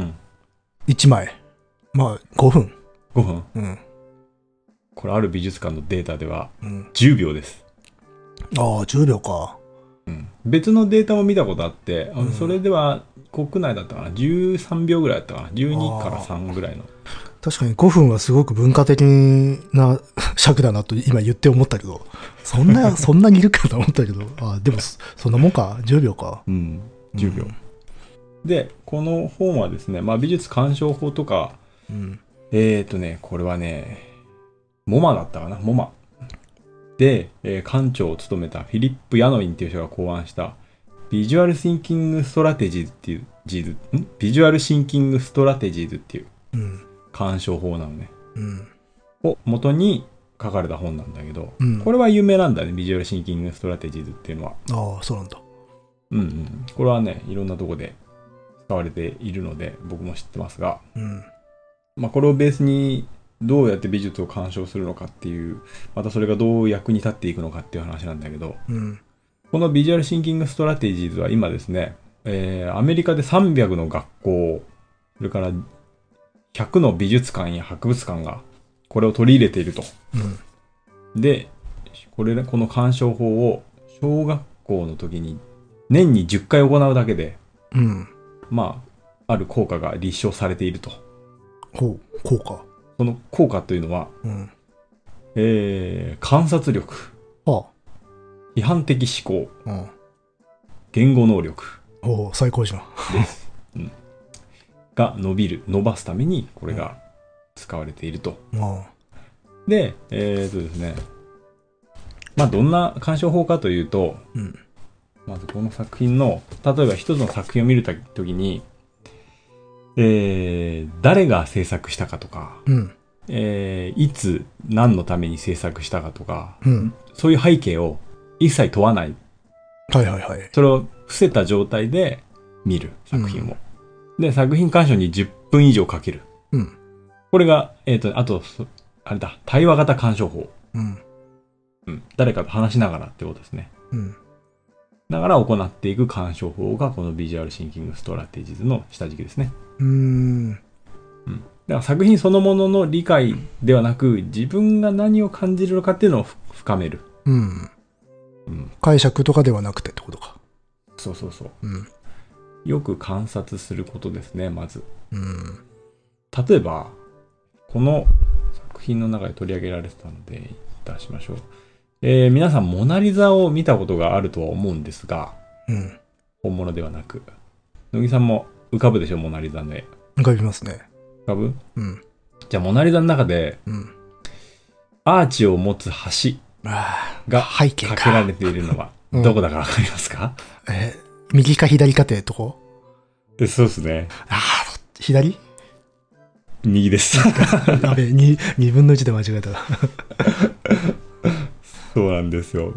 1枚。まあ、5分。 5分。 うん。 これある美術館のデータでは、 うん。 10秒です。 ああ、10秒か。 うん。別のデータも見たことあって、 うん、 それでは国内だったかな。13秒ぐらいだったかな。12から3ぐらいの。 確かに5分はすごく文化的な尺だなと今言って思ったけど、そんなにいるかと思ったけど、でもそんなもんか、10秒か。 うん、10秒。で、この本はですね、まあ美術鑑賞法とか、 うん、 これはね、モマだったかな、モマ。で、館長を務めたフィリップ・ヤノインっていう人が考案したビジュアルシンキングストラテジーズっていう、ビジュアルシンキングストラテジーズっていう鑑賞法なのね。 うん、 を元に書かれた本なんだけど、 うん、 これは有名なんだね、ビジュアルシンキングストラテジーズっていうのは。 ああ、そうなんだ。 うんうん。これはね、いろんなとこで使われているので、僕も知ってますが、 うん、 まあこれをベースにどうやって美術を鑑賞するのかっていう、またそれがどう役に立っていくのかっていう話なんだけど、 うん、 このビジュアルシンキングストラテジーズは今ですね、アメリカで300の学校、それから100の美術館や博物館がこれを取り入れていると。 うん、 で、この鑑賞法を小学校の時に年に10回行うだけで、 うん、 まあ、ある効果が立証されていると。 効果。 その効果というのは、 うん、 観察力、批判的思考、言語能力最高じゃん。 です、うん、が伸ばすためにこれが使われていると。で、ですね、まあどんな鑑賞法かというと、 うん、 まずこの作品の、例えば一つの作品を見るときに、誰が制作したかとか、 うん、 いつ何のために制作したかとか、 うん、 そういう背景を一切問わない。 はいはいはい。 それを伏せた状態で見る作品を。で、作品鑑賞に10分以上かける。 うん、 これが、あと、あれだ、対話型鑑賞法。 うんうん。誰かと話しながらってことですね。 うん。 だから行っていく鑑賞法がこのビジュアルシンキングストラテジーズの下敷きですね。うん。だから作品そのものの理解ではなく、自分が何を感じるのかっていうのを深める。 うん。うん、解釈とかではなくてってことか。 そうそうそう。 うん。 よく観察することですね、まず。 うん。 例えば、この作品の中で取り上げられてたので、出しましょう。皆さん、モナリザを見たことがあるとは思うんですが、 うん。 本物ではなく。乃木さんも浮かぶでしょ、モナリザの絵。 浮かびますね。 浮かぶ？ うん。 じゃあ、モナリザの中で、 うん。 アーチを持つ橋が背景かけられているのは、どこだかわかりますか？ 右か左かってとこ？ そうですね。 左？ 右です。 やべえ、2分の1で間違えた。 そうなんですよ。 うん、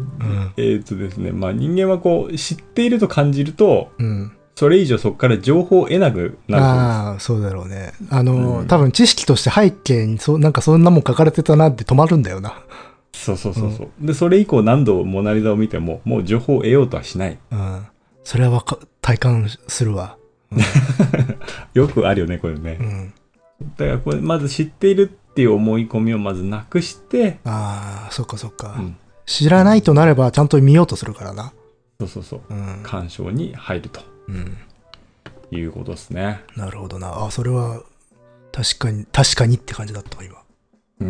ですね、まあ人間はこう知っていると感じると、 うん、 それ以上そこから情報を得なくなるそうです。 ああ、そうだろうね。多分知識として背景になんかそんなもん書かれてたなって止まるんだよな。 そうそうそうそう、でそれ以降何度モナリザを見てももう情報を得ようとはしない。 うん。それは体感するわ。うん、 よくあるよねこれね。 うん、 だからこれまず知っているっていう思い込みをまずなくして、 ああ、そっかそっか、 うん、 知らないとなればちゃんと見ようとするからな。 そうそうそう、 うん、 鑑賞に入ると、 うん、 いうことですね。 なるほどな。それは確かにって感じだったわ今。 うん。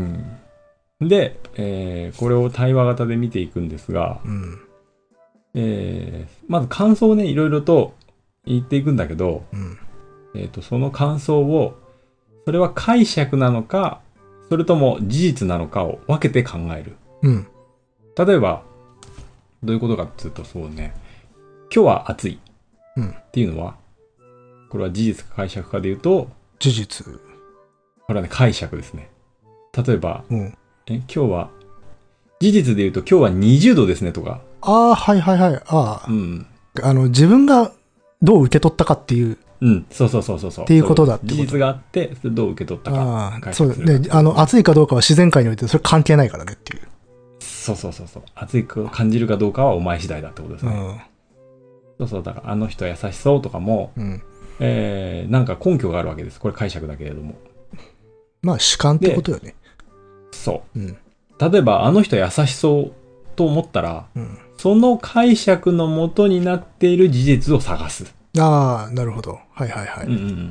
で、これを対話型で見ていくんですが、 うん、 まず感想をねいろいろと言っていくんだけど、 うん、 その感想をそれは解釈なのかそれとも事実なのかを分けて考える。 うん、 例えばどういうことかっていうと、そうね、今日は暑いっていうのは、これは事実か解釈かで言うと、 事実。 これはね解釈ですね。例えば、 うん、 今日は事実で言うと今日は20度ですねとか。 はいはいはい。うん。自分がどう受け取ったかっていう。 うん、そうそう。 っていうことだってこと。 事実があって、それどう受け取ったか解そう釈するか。 ね。暑いかどうかは自然界においてそれ関係ないからねっていう。 そう。暑いか感じるかどうかはお前次第だってことですね。そう。だからあの人優しそうとかも、うん、なんか根拠があるわけです。これ解釈だけれども。 まあ主観ってことよね。 そう。うん。例えばあの人優しそうと思ったら、うん、その解釈の元になっている事実を探す。 なるほど。はい。 うん。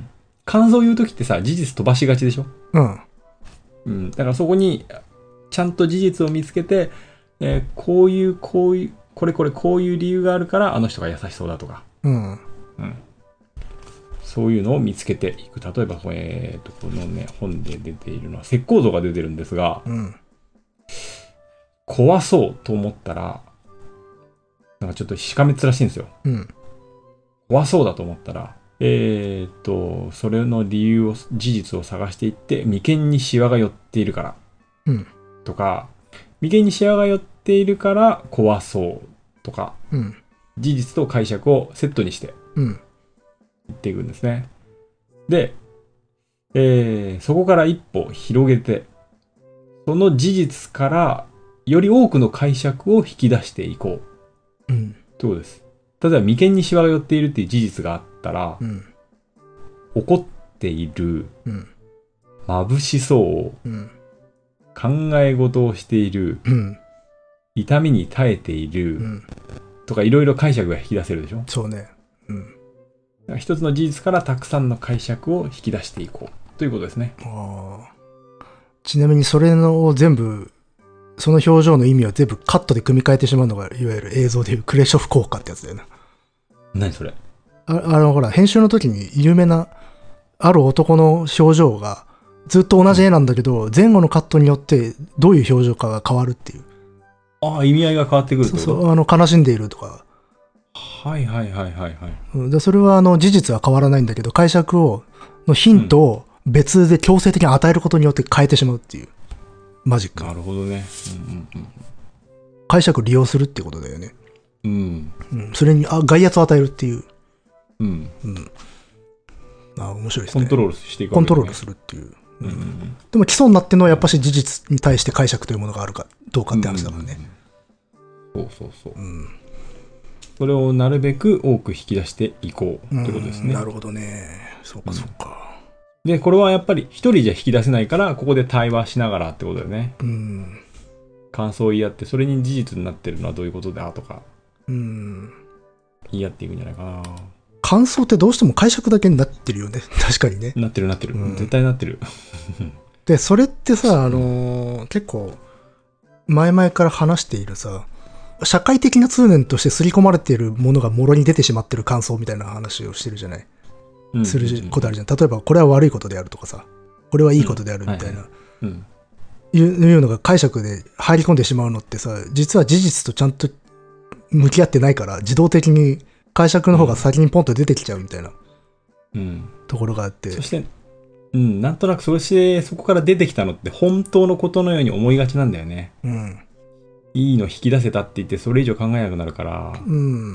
感想を言うときってさ、事実飛ばしがちでしょ？うん。だからそこにちゃんと事実を見つけて、こういう、これこういう理由があるからあの人が優しそうだとか。うん。そういうのを見つけていく。例えば、このね、本で出ているのは石膏像が出てるんですが、うん、怖そうと思ったら、なんかちょっとしかめつらしいんですよ。うん、怖そうだと思ったら、それの理由事実を探していって、眉間にシワが寄っているから、うん、とか、眉間にシワが寄っているから怖そうとか、うん、事実と解釈をセットにして、言っていくんですね。で、そこから一歩広げて、その事実からより多くの解釈を引き出していこう。ということです。例えば眉間にシワが寄っているっていう事実があったら、怒っている、眩しそう、考え事をしている、痛みに耐えている、とかいろいろ解釈が引き出せるでしょ？ そうね。 一つの事実からたくさんの解釈を引き出していこうということですね。 ちなみにそれの全部、その表情の意味を全部カットで組み替えてしまうのが、いわゆる映像でいうクレショフ効果ってやつだよな。 何それ？ ほら、編集の時に有名な、ある男の表情が、ずっと同じ絵なんだけど、前後のカットによってどういう表情かが変わるっていう。 意味合いが変わってくるってこと？ そう、悲しんでいるとか。 はい。 でそれは事実は変わらないんだけど、解釈のヒントを別で強制的に与えることによって変えてしまうっていうマジック。 なるほどね。 解釈利用するってことだよね。それに外圧を与えるっていう。面白いですね。 コントロールしていくわけですね。 コントロールするっていう。でも基礎になってるのはやっぱし事実に対して解釈というものがあるかどうかって話だからね。 そう。それをなるべく多く引き出していこうってことですね。 なるほどね。そうか。 で、これはやっぱり一人じゃ引き出せないから、ここで対話しながらってことだよね。感想を言い合って、それに事実になってるのはどういうことだとか、言い合っていくんじゃないかな。 感想ってどうしても解釈だけになってるよね。確かにね。 なってる。絶対なってる。 で、それってさ、結構、前々から話しているさ、社会的な通念として刷り込まれているものがもろに出てしまってる感想みたいな話をしてるじゃない。することあるじゃん。例えば、これは悪いことであるとかさ、これはいいことであるみたいな。いうのが解釈で入り込んでしまうのってさ、実は事実とちゃんと向き合ってないから、自動的に解釈の方が先にポンと出てきちゃうみたいなうん。 ところがあって。 そして、うん、なんとなくそこから出てきたのって本当のことのように思いがちなんだよね。 うん。 いいの引き出せたって言ってそれ以上考えなくなるから、 うん。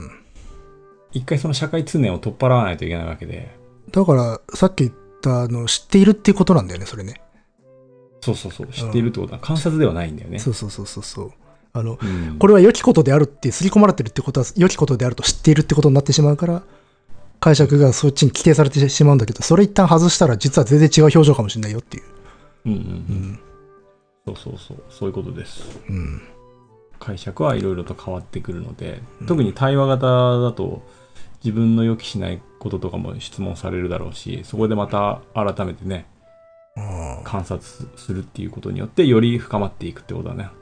一回その社会通念を取っ払わないといけないわけで。 だから、さっき言った知っているっていうことなんだよね、それね。 そうそうそう、知っているってことは観察ではないんだよね。 そうそうそうそうそう。 うん、 これは良きことであるって刷り込まれてるってことは良きことであると知っているってことになってしまうから、解釈がそっちに規定されてしまうんだけど、それ一旦外したら実は全然違う表情かもしれないよっていう。 うんうんうん。そうそうそう、そういうことです。 うん。 解釈はいろいろと変わってくるので、特に対話型だと自分の予期しないこととかも質問されるだろうし、そこでまた改めてね、観察するっていうことによってより深まっていくってことだね。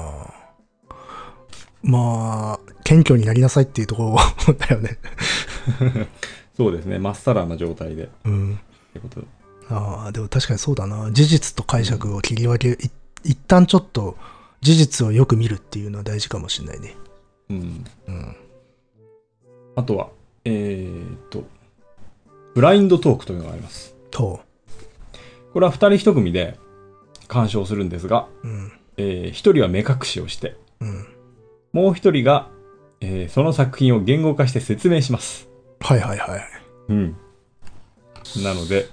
まあ、謙虚になりなさいっていうところだよね。 そうですね、まっさらな状態で。 うん。 ってこと。 ああ、でも確かにそうだな。事実と解釈を切り分け、一旦ちょっと事実をよく見るっていうのは大事かもしれないね。 うん。 うん。 あとは、ブラインドトークというのがあります。 と。 これは2人1組で鑑賞するんですが、 うん。 1人は目隠しをして、 うん。 もう1人が、その作品を言語化して説明します。 はいはいはい。 うん。なので、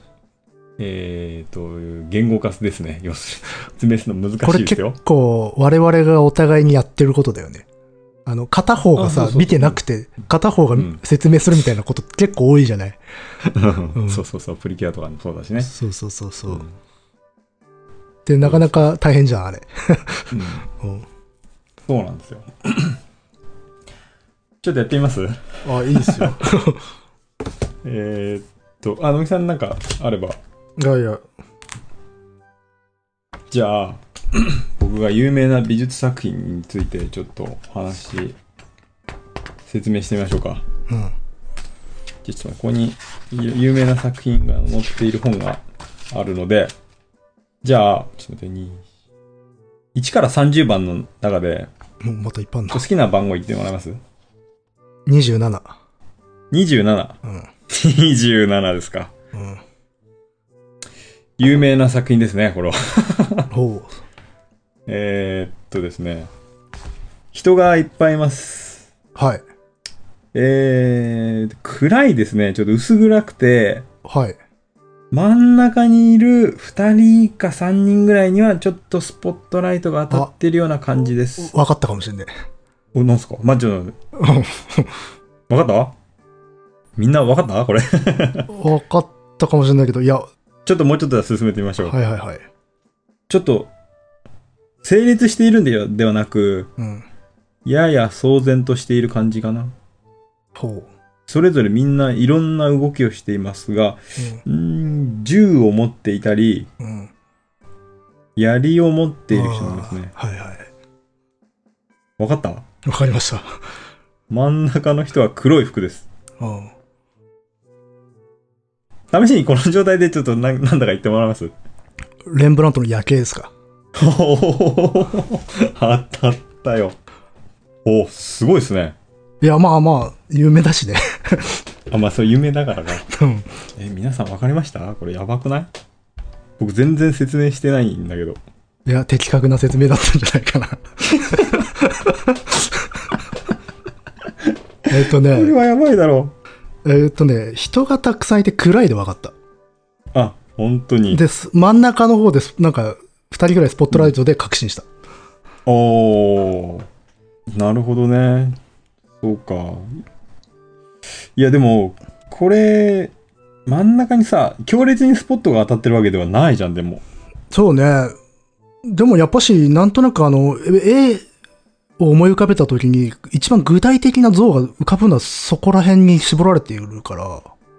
言語化ですね。要するに、説明するの難しいですよ。 これ結構我々がお互いにやってることだよね。片方がさ、見てなくて、片方が説明するみたいなこと結構多いじゃない。 うん、そうそうそう、プリキュアとかもそうだしね。 そうそうそうそう。うん、で、なかなか大変じゃん、あれ。 うん、そうなんですよ。ちょっとやってみます？ あ、いいですよ。 野木さんなんかあれば。 いやいや。 じゃあ、僕が有名な美術作品についてちょっと説明してみましょうか。 うん。 実はここに有名な作品が載っている本があるので、じゃあ、ちょっと待って、1から30番の中で、 もうまたいっぱいあんな。 好きな番号言ってもらえます？ 27。 27。 うん。 27ですか。 うん。 有名な作品ですね、これは。 ほう。 ですね。人がいっぱいいます。 はい。 暗いですね。ちょっと薄暗くて、 はい。 真ん中にいる2人か3人ぐらいにはちょっとスポットライトが当たってるような感じです。 わかったかもしれない。 なんすか？マジで。わかった？みんなわかったこれ。 わかったかもしれないけど、いや。 ちょっともうちょっと進めてみましょう。 はいはいはい。 ちょっと、成立しているんではなく、 うん、 やや騒然としている感じかな。 ほう。 それぞれみんないろんな動きをしていますが、銃を持っていたり、 うん、 槍を持っている人なんですね。 はいはい。 わかった？ わかりました。 真ん中の人は黒い服です。 うん、 試しにこの状態でちょっとなんだか言ってもらえます？ レンブラントの夜景ですか？ 当たったよ。お、すごいですね。 いや、まあまあ、有名だしね。 まあ、そう、有名だからか。 うん、 皆さん分かりました？これやばくない？僕全然説明してないんだけど。 いや、的確な説明だったんじゃないかな。これはやばいだろう。人がたくさんいて暗いで分かった。 あ、本当に。 で、真ん中の方です。なんか、2人ぐらいスポットライトで確信した。 おー。なるほどね。そうか。いや、でも、これ、真ん中にさ、強烈にスポットが当たってるわけではないじゃん、でも。 そうね。でもやっぱし、なんとなく絵を思い浮かべたときに、一番具体的な像が浮かぶのはそこら辺に絞られているから。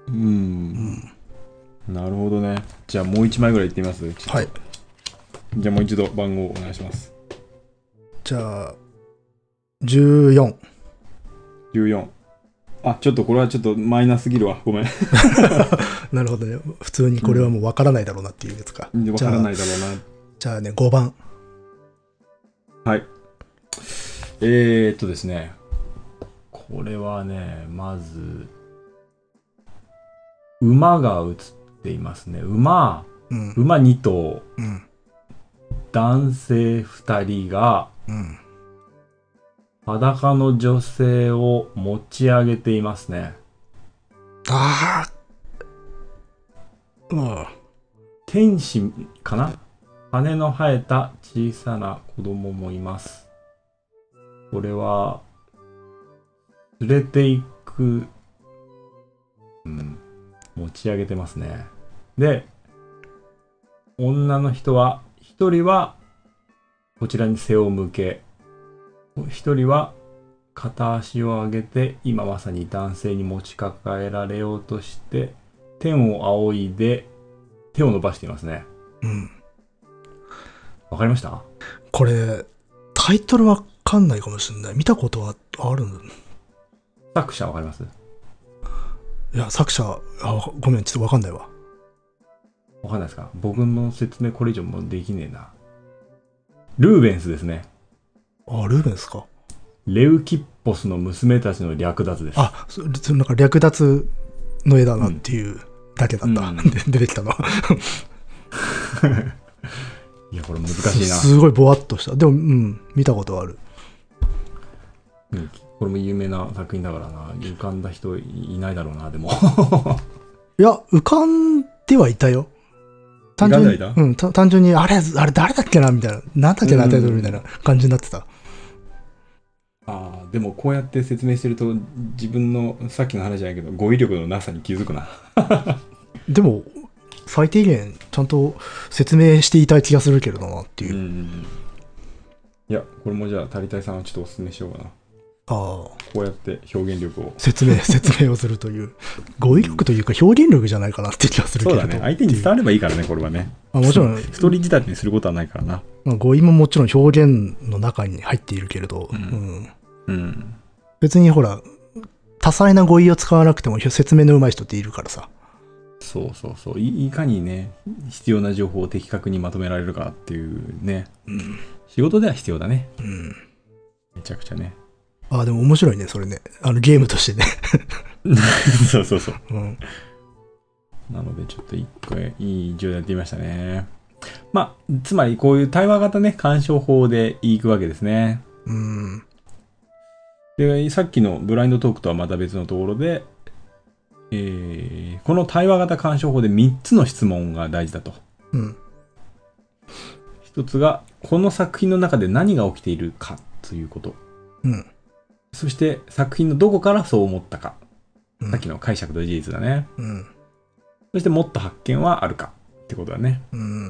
なるほどね。じゃあもう一枚ぐらいいってみます？ はい。 じゃあもう一度番号お願いします。 じゃあ、14。 14。あ、ちょっとこれはちょっとマイナスすぎるわ。ごめん。 なるほどね。普通にこれはもう分からないだろうなっていうやつか。 分からないだろうな。 じゃあね、5番。 はい。ですね。 これはね、まず、馬が映っていますね。馬2頭、男性2人が、裸の女性を持ち上げていますね。天使かな？羽の生えた小さな子供もいます。これは、連れていく、持ち上げてますね。で、女の人は、一人はこちらに背を向け、一人は片足を上げて、今まさに男性に持ち抱えられようとして、天を仰いで手を伸ばしていますね。わかりました？ これ、タイトルわかんないかもしれない。見たことはあるの？ 作者わかります？ いや、作者、ごめん、ちょっとわかんないわ。 わかんないですか？僕の説明これ以上もうできねえな。ルーベンスですね。 ルーベンスか。 レウキッポスの娘たちの略奪です。 なんか略奪の絵だなっていうだけだった。出てきたの。 いや、これ難しいな。 すごいぼわっとした。でも、見たことある。 これも有名な作品だからな。浮かんだ人いないだろうな、でも。 いや、浮かんではいたよ。単純に、あれ誰だっけなみたいな。なんだっけなタイトルみたいな感じになってた。 でもこうやって説明してると、自分のさっきの話じゃないけど、語彙力のなさに気づくな。 でも、最低限、ちゃんと説明していた気がするけれどなっていう。 いや、これもじゃあ、タリタイさんはちょっとお勧めしようかな。こうやって表現力を説明をするという語彙力というか表現力じゃないかなって気がするけど。 そうだね。相手に伝わればいいからね、これはね。 もちろんストーリー仕立てにすることはないからな。 語彙ももちろん表現の中に入っているけれど、別にほら多彩な語彙を使わなくても説明の上手い人っているからさ。 そういかにね、必要な情報を的確にまとめられるかっていうね、仕事では必要だね。めちゃくちゃね。 でも面白いね、それね。ゲームとしてね。 そう。なので、ちょっと一回いい状態やってみましたね。つまりこういう対話型ね、干渉法でいくわけですね。で、さっきのブラインドトークとはまた別のところで、この対話型干渉法で3つの質問が大事だと。一つが、この作品の中で何が起きているかということ。そして作品のどこからそう思ったか。さっきの解釈と事実だね。そしてもっと発見はあるかってことだね。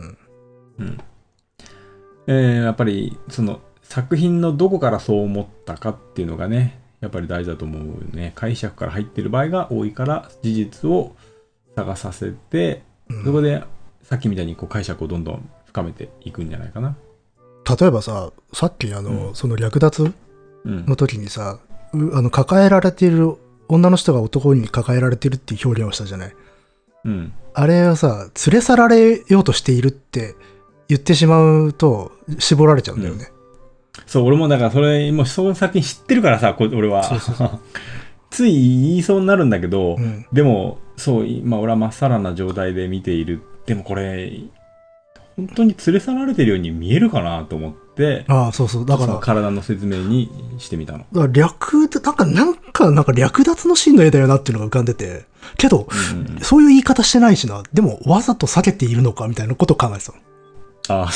やっぱりその作品のどこからそう思ったかっていうのがね、やっぱり大事だと思うね。解釈から入ってる場合が多いから事実を探させて、そこでさっきみたいにこう解釈をどんどん深めていくんじゃないかな。 例えばさっきその略奪の時にさ、抱えられている女の人が男に抱えられてるっていう表現をしたじゃない。あれはさ、連れ去られようとしているって言ってしまうと絞られちゃうんだよね。 そう、俺もだからそれもうその作品知ってるからさ、俺はつい言いそうになるんだけど、でもそう今俺はまっさらな状態で見ている。でもこれ本当に連れ去られてるように見えるかなと思って。 そうだから体の説明にしてみたの。 だからなんか略奪のシーンの絵だよなっていうのが浮かんでて、けど、そういう言い方してないしな。でもわざと避けているのかみたいなことを考えてた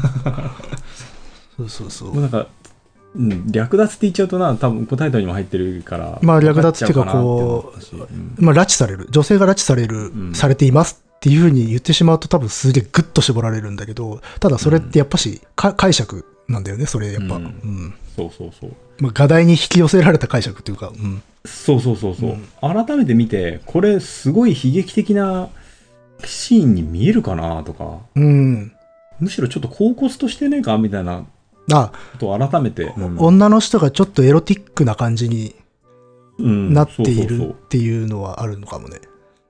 の。そう。 もうなんか、略奪って言っちゃうとな、多分タイトルにも入ってるから。 略奪っていうかこう、拉致される、女性が拉致される、されていますっていうふうに言ってしまうと多分すげえグッと絞られるんだけど、ただそれってやっぱし、解釈なんだよね、それやっぱ。 そう。 画題に引き寄せられた解釈っていうか。 そう。改めて見て、これすごい悲劇的なシーンに見えるかなとか。むしろちょっと恍惚としてねえかみたいなことを改めて。 女の人がちょっとエロティックな感じになっているっていうのはあるのかもね。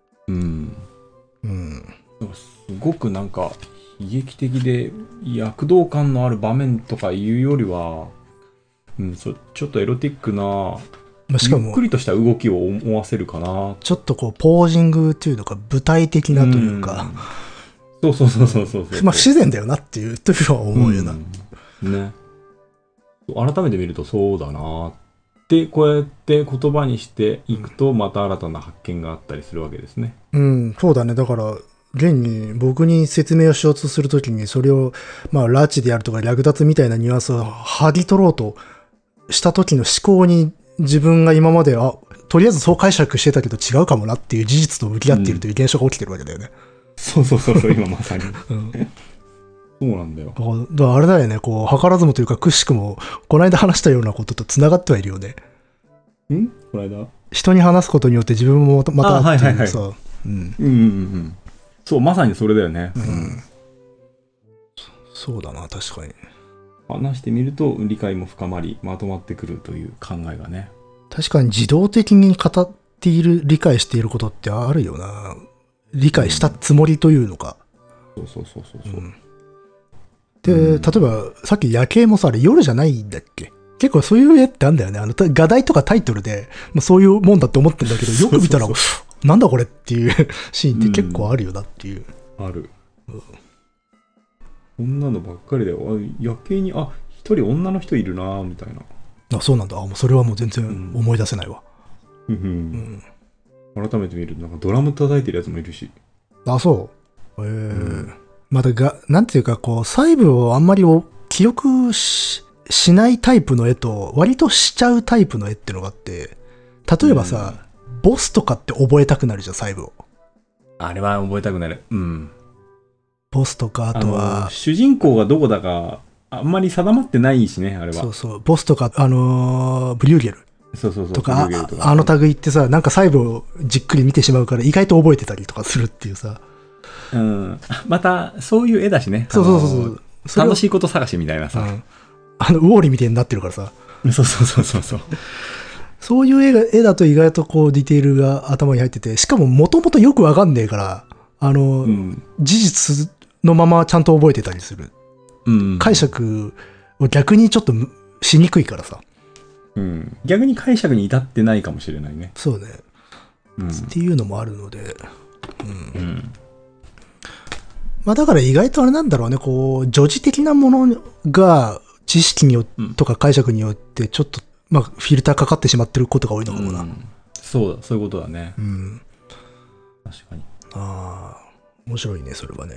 すごくなんか悲劇的で躍動感のある場面とかいうよりは、ちょっとエロティックなまあ、しかもゆっくりとした動きを思わせるかな。 ちょっとこうポージングっていうのが具体的なというか、 そうそうそうそうそうそう。 まあ自然だよなっていうというのは思うよな。 ね。改めて見るとそうだなってこうやって言葉にしていくとまた新たな発見があったりするわけですね。 うん、そうだね。だから現に僕に説明をしようとするときにそれをまあ拉致であるとか略奪みたいなニュアンスを剥ぎ取ろうとした時の思考に自分が今までとりあえずそう解釈してたけど違うかもなっていう事実と向き合っているという現象が起きてるわけだよね。 そうそうそうそう今まさに。 うんそうなんだよ。 だからあれだよね、こう、図らずもというか、くしくも、この間話したようなことと繋がってはいるよね。 この間人に話すことによって自分もまたっていうさ、 そう、まさにそれだよね。 そうだな、確かに。 話してみると、理解も深まり、まとまってくるという考えがね。 確かに自動的に語っている、理解していることってあるよな。理解したつもりというのか。 そうそうそうそう。 で、例えば、さっき夜景もさ、あれ夜じゃないんだっけ？結構そういう絵ってあるんだよね。画題とかタイトルで、まあ、そういうもんだって思ってんだけど、よく見たら、なんだこれっていうシーンって結構あるよなっていう。 ある。こんなのばっかりだよ。夜景に、一人女の人いるなみたいな。 そうなんだ。もうそれはもう全然思い出せないわ。 改めて見ると、なんかドラム叩いてるやつもいるし。 そう。またなんていうか、こう、細部をあんまり記憶しないタイプの絵と、割としちゃうタイプの絵ってのがあって、例えばさ、ボスとかって覚えたくなるじゃん、細部を。 あれは覚えたくなる。 ボスとか、あとは、 主人公がどこだか、あんまり定まってないしね、あれは。 そうそう、ボスとか、ブリューゲル。 そうそうそう。 とか、あの類ってさ、なんか細部をじっくり見てしまうから意外と覚えてたりとかするっていうさ。 また、そういう絵だしね。 そう楽しいこと探しみたいなさ。 ウォーリーみたいになってるからさ。 そう。 そういう絵だと意外とこうディテールが頭に入ってて、しかももともとよくわかんねえから、事実のままちゃんと覚えてたりする。解釈を逆にちょっとしにくいからさ。 逆に解釈に至ってないかもしれないね。 そうね。っていうのもあるので。まあだから意外とあれなんだろうね、こう、叙事的なものが知識によとか解釈によってちょっと、まあフィルターかかってしまってることが多いのかもな。 そういうことだね。確かに。 面白いね、それはね。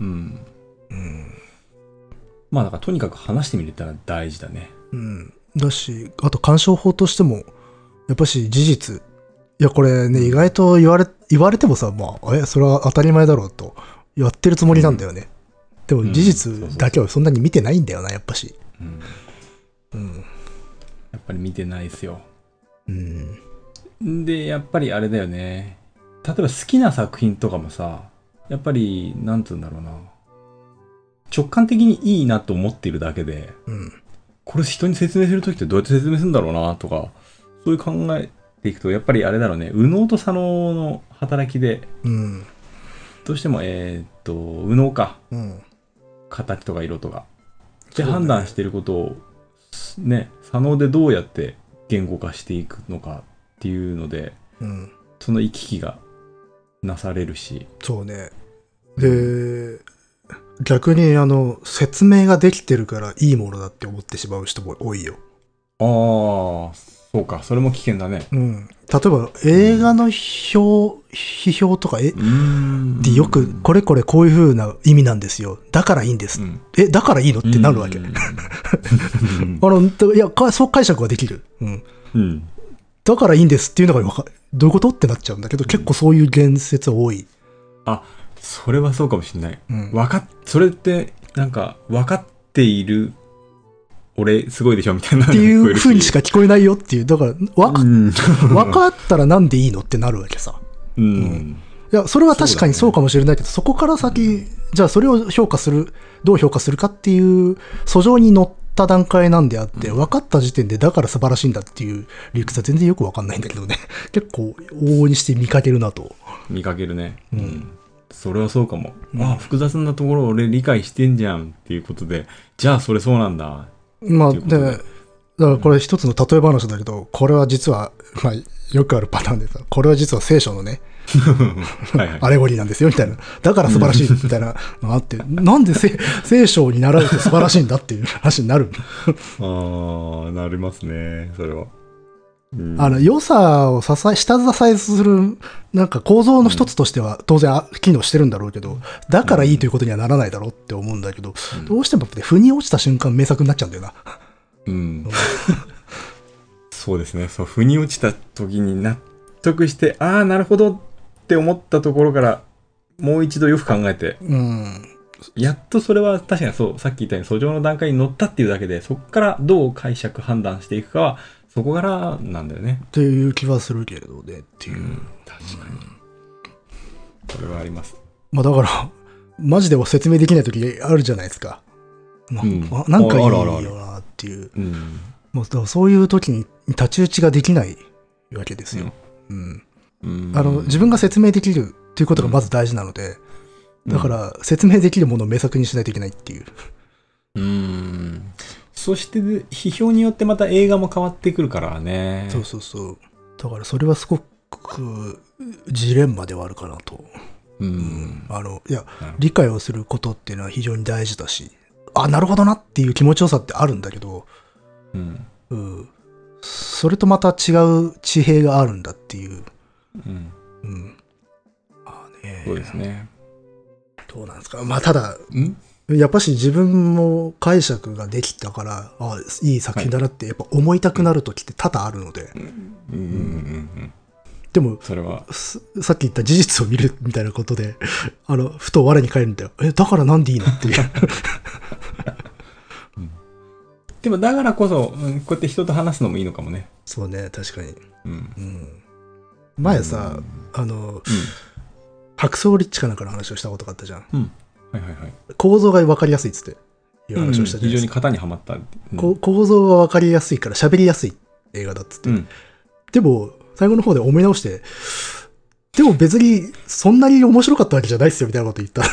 まあだからとにかく話してみるってのは大事だね。 だし、あと鑑賞法としても、やっぱし事実。いや、これね、意外と言われてもさ、まあ、それは当たり前だろうと、やってるつもりなんだよね。でも事実だけはそんなに見てないんだよな、やっぱし。 やっぱり見てないですよ。で、やっぱりあれだよね。例えば好きな作品とかもさ、やっぱり、なんつうんだろうな。直感的にいいなと思っているだけで、これ人に説明するときってどうやって説明するんだろうなとか、そういう考えていくと、やっぱりあれだろうね、右脳と左脳の働きで、どうしても、右脳か、形とか色とか、で判断していることを、ね、左脳でどうやって言語化していくのかっていうので、その行き来がなされるし。 そうね。で、逆に説明ができてるからいいものだって思ってしまう人も多いよ。 そうか、それも危険だね。 例えば映画の批評とかでよくこれこれこういう風な意味なんですよ。だからいいんです。だからいいのってなるわけ。いや、そう解釈はできる。だからいいんですっていうのがどういうことってなっちゃうんだけど、結構そういう言説多い。 それはそうかもしれない。それって、なんか、分かっている、俺、すごいでしょみたいな。 っていう風にしか聞こえないよっていう。だから、分かったらなんでいいのってなるわけさ。いや、それは確かにそうかもしれないけど、そこから先、じゃあそれをどう評価するかっていう、訴状に乗った段階なんであって、分かった時点でだから素晴らしいんだっていう理屈は全然よく分かんないんだけどね。結構、往々にして見かけるなと。 見かけるね。それはそうかも。複雑なところを俺理解してんじゃんっていうことで、じゃあそれそうなんだ。 で、 だからこれ一つの例え話だけど、これは実は、まあ、よくあるパターンでさ、これは実は聖書のね、 はいはい。 アレゴリーなんですよ、みたいな。だから素晴らしい、みたいなのがあって、なんで聖書に習うと素晴らしいんだっていう話になる。 ああ、なりますね、それは。 良さを下支えする、なんか構造の一つとしては当然機能してるんだろうけど、だからいいということにはならないだろうって思うんだけど、どうしても腑に落ちた瞬間名作になっちゃうんだよな。 うん。そうですね。そう、腑に落ちた時に納得して、ああ、なるほどって思ったところから、もう一度よく考えて、やっとそれは確かにそう、さっき言ったように訴状の段階に乗ったっていうだけで、そこからどう解釈判断していくかは、そこからなんだよね。 っていう気はするけれどねっていう。 確かに。それはあります。 まあだから、マジで説明できない時あるじゃないですか。なんかいいよなっていう。もうそういう時に太刀打ちができないわけですよ。自分が説明できるっていうことがまず大事なので、だから説明できるものを明確にしないといけないっていう。 そして批評によってまた映画も変わってくるからね。 そうそうそう。だからそれはすごくジレンマではあるかなと。いや、理解をすることっていうのは非常に大事だし、なるほどなっていう気持ちよさってあるんだけど、それとまた違う地平があるんだっていう。 そうですね。 どうなんですか。まあただ、やっぱし自分も解釈ができたから、いい作品だなってやっぱ思いたくなるときって多々あるので。でも、それはさっき言った事実を見るみたいなことで、ふと我に返るんだよ。だからなんでいいのっていう。 でもだからこそ、こうやって人と話すのもいいのかもね。 そうね、確かに。前さ、白装リッチかなんかの話をしたことがあったじゃん。構造が分かりやすいっつっていう話をしたじゃないですか。 非常に型にはまった。 構造が分かりやすいから喋りやすい映画だっつって。でも、最後の方で思い直して、でも別にそんなに面白かったわけじゃないっすよみたいなこと言った。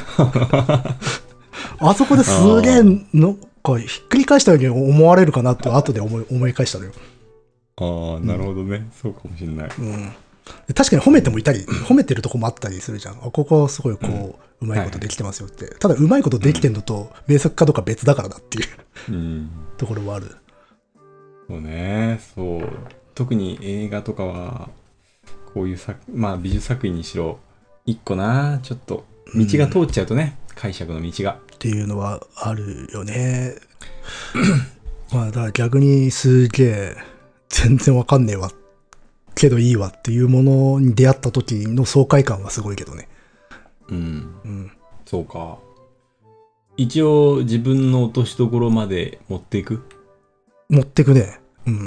あそこですげえのひっくり返したように思われるかなって後で思い返したのよ。 なるほどね。そうかもしれない。 確かに褒めてもいたり、褒めてるとこもあったりするじゃん。ここはすごいうまいことできてますよって。ただうまいことできてんのと名作かどうか別だからだっていうところもある。 そうね。そう。特に映画とかは、こういう美術作品にしろ、一個な、ちょっと、道が通っちゃうとね、解釈の道が。 っていうのはあるよね。だから逆にすげえ、全然わかんねえわ、けどいいわっていうものに出会った時の爽快感はすごいけどね。 そうか。一応自分の落としどころまで持っていくね。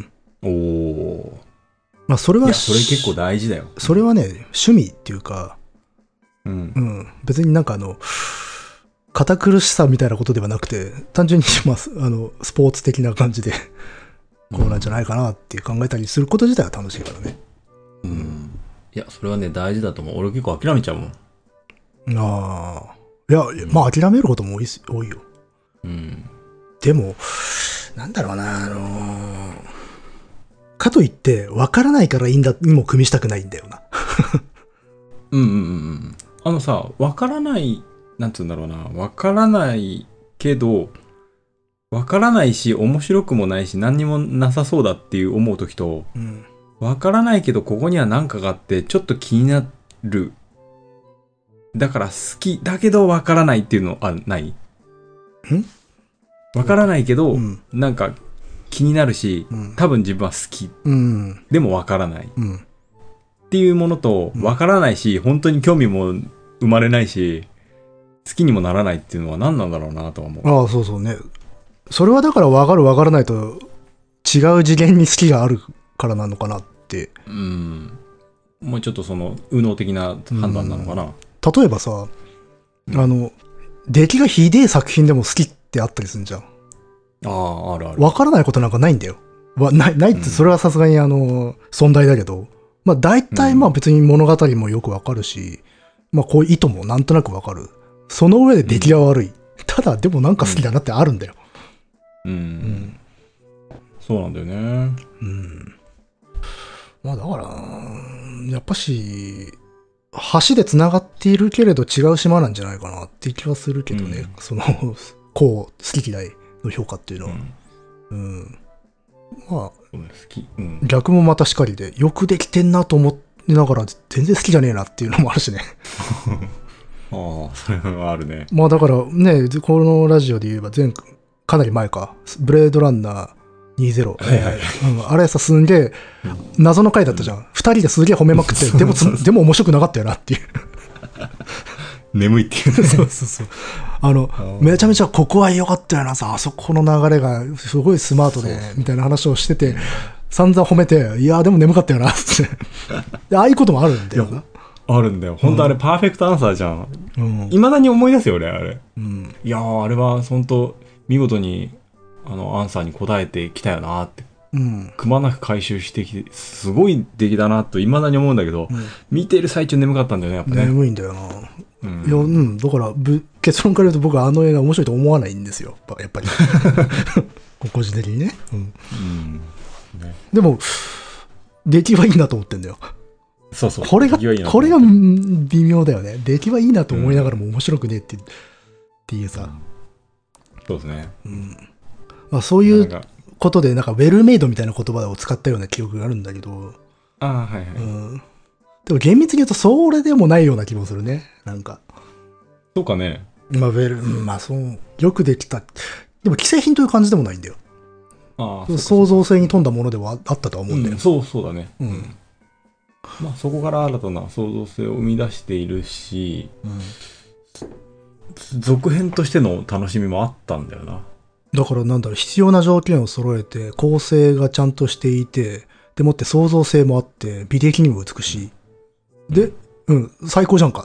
それはそれ結構大事だよ。 それはね、趣味っていうか、別になんか堅苦しさみたいなことではなくて、単純にスポーツ的な感じでこうなんじゃないかなって考えたりすること自体は楽しいからね。 いや、それはね、大事だと思う。俺結構諦めちゃうもん。 いや、諦めることも多いよ。でも、なんだろうな、かといって、わからないからいいんだにも組みしたくないんだよな。 わからない、なんつうんだろうな、わからないけど、わからないし、面白くもないし、何にもなさそうだっていう思うときと、わからないけど、ここには何かがあって、ちょっと気になる。だから好きだけどわからないっていうのないわからないけど、なんか気になるし、多分自分は好き。でもわからない。っていうものと、わからないし、本当に興味も生まれないし、好きにもならないっていうのは何なんだろうなとは思う。 そうそうね。それはだからわかるわからないと違う次元に好きがあるからなのかなって。 もうちょっと右脳的な判断なのかな。 例えばさ、出来がひでえ作品でも好きってあったりするんじゃん。 あるある。 わからないことなんかないんだよ。ないってそれはさすがに尊大だけど、大体別に物語もよくわかるし、こういう意図もなんとなくわかる。その上で出来が悪い。ただでもなんか好きだなってあるんだよ。 そうなんだよね。 うん。まあだから、やっぱし、橋で繋がっているけれど違う島なんじゃないかなっていう気はするけどね。その、こう、好き嫌いの評価っていうのは。まあ、 好き。 逆もまたしかりで、よくできてんなと思いながら、全然好きじゃねえなっていうのもあるしね。 ああ、それはあるね。 まあだからね、このラジオで言えばかなり前か、ブレードランナー20。あれさ、すんげえ、謎の回だったじゃん。二人ですげえ褒めまくって、でも面白くなかったよなっていう。 眠いっていうね。 そうそう。めちゃめちゃここは良かったよなさ、あそこの流れがすごいスマートで、みたいな話をしてて、散々褒めて、いや、でも眠かったよな、って。ああいうこともあるんだよな。 あるんだよ。本当あれパーフェクトアンサーじゃん。未だに思い出すよね、あれ。いやー、あれは本当見事に、アンサーに答えてきたよなって。くまなく回収してきて、すごい出来だなと未だに思うんだけど、見てる最中眠かったんだよね、やっぱね。 眠いんだよな。いや、だから、結論から言うと僕はあの映画面白いと思わないんですよ。やっぱり。個人的にね。でも、出来はいいなと思ってんだよ。 そうそう。 これが微妙だよね。出来はいいなと思いながらも面白くねえっていうさ。 そうですね。 まあそういうことで、なんかウェルメイドみたいな言葉を使ったような記憶があるんだけど。 ああ、はいはい。 でも厳密に言うとそれでもないような気もするね。なんか。 そうかね。 まあそう、よくできた。でも既製品という感じでもないんだよ。創造性に富んだものではあったとは思うんだよ。 そうだね。まあそこから新たな創造性を生み出しているし、続編としての楽しみもあったんだよな。 だからなんだろう、必要な条件を揃えて、構成がちゃんとしていて、でもって創造性もあって、美的にも美しい。で、最高じゃんかって。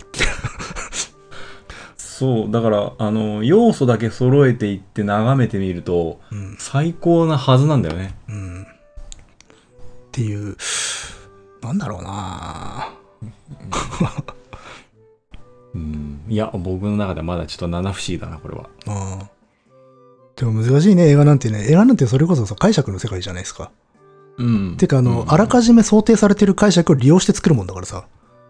そう、だから、要素だけ揃えていって眺めてみると、最高なはずなんだよね。 っていう、なんだろうな。 いや、僕の中ではまだちょっと七不思議だな、これは。 でも難しいね、映画なんてね。映画なんてそれこそさ、解釈の世界じゃないですか。てか、あらかじめ想定されてる解釈を利用して作るもんだからさ。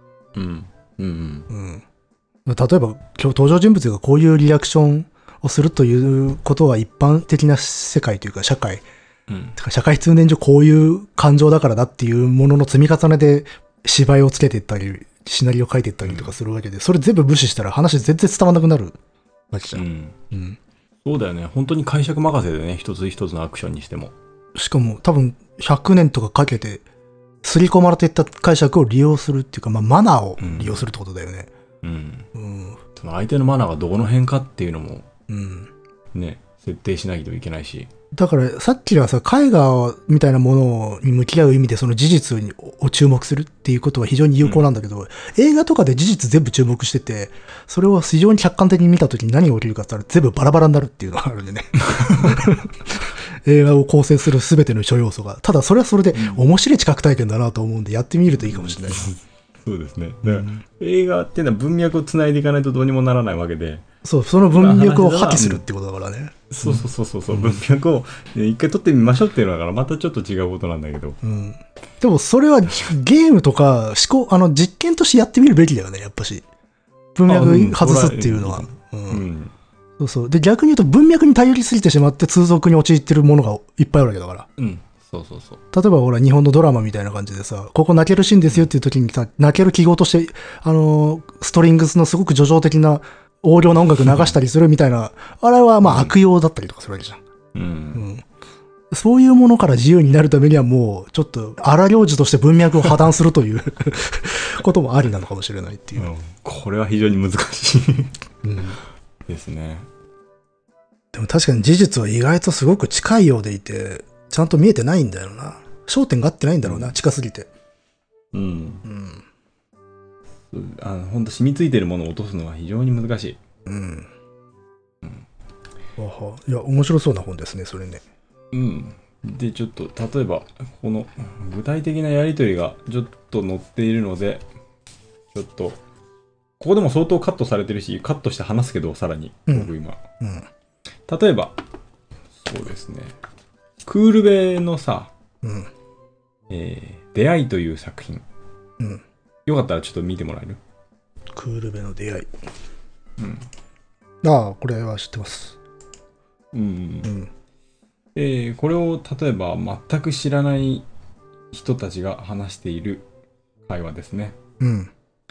例えば、今日登場人物がこういうリアクションをするということは一般的な世界というか社会。社会通念上こういう感情だからだっていうものの積み重ねで芝居をつけていったり、シナリオを書いていったりとかするわけで、それ全部無視したら話全然伝わんなくなるわけじゃん。 そうだよね。本当に解釈任せでね、一つ一つのアクションにしても。 しかも多分100年とかかけて刷り込まれていった解釈を利用するっていうか、マナーを利用するってことだよね。 その相手のマナーがどこの辺かっていうのも、ね、設定しないといけないし。 だからさっきはさ、絵画みたいなものに向き合う意味でその事実を注目するっていうことは非常に有効なんだけど、映画とかで事実全部注目してて、それを非常に客観的に見たときに何が起きるかって言ったら全部バラバラになるっていうのがあるんでね。映画を構成する全ての諸要素が。ただそれはそれで面白い知覚体験だなと思うんでやってみるといいかもしれない。 そうですね。映画っていうのは文脈をつないでいかないとどうにもならないわけで。 そう、その文脈を破棄するってことだからね。 そう、文脈を一回取ってみましょうっていうのだから、またちょっと違うことなんだけど。 でもそれはゲームとか実験としてやってみるべきだよね、やっぱし。文脈外すっていうのは。そうそう。で、逆に言うと文脈に頼りすぎてしまって通俗に陥ってるものがいっぱいあるわけだから。 そう。 例えばほら、日本のドラマみたいな感じでさ、ここ泣けるシーンですよっていう時にさ、泣ける記号として、ストリングスのすごく叙情的な横領な音楽流したりするみたいな、あれはまあ悪用だったりとかするわけじゃん。そういうものから自由になるためにはもう、ちょっと荒領事として文脈を破断するということもありなのかもしれないっていう。 これは非常に難しいですね。 でも確かに事実は意外とすごく近いようでいて、ちゃんと見えてないんだよな。焦点が合ってないんだろうな、近すぎて。 ほんと染みついてるものを落とすのは非常に難しい。 いや、面白そうな本ですね、それね。 で、ちょっと、例えば、この具体的なやりとりがちょっと載っているので、ちょっと、ここでも相当カットされてるし、カットして話すけど、さらに、僕今。例えば、そうですね。 クールベのさ、 うん。 出会いという作品。 うん。 よかったらちょっと見てもらえる？ クールベの出会い。 うん。 ああ、これは知ってます。 うん。 うん。 これを例えば全く知らない人たちが話している会話ですね。 うん。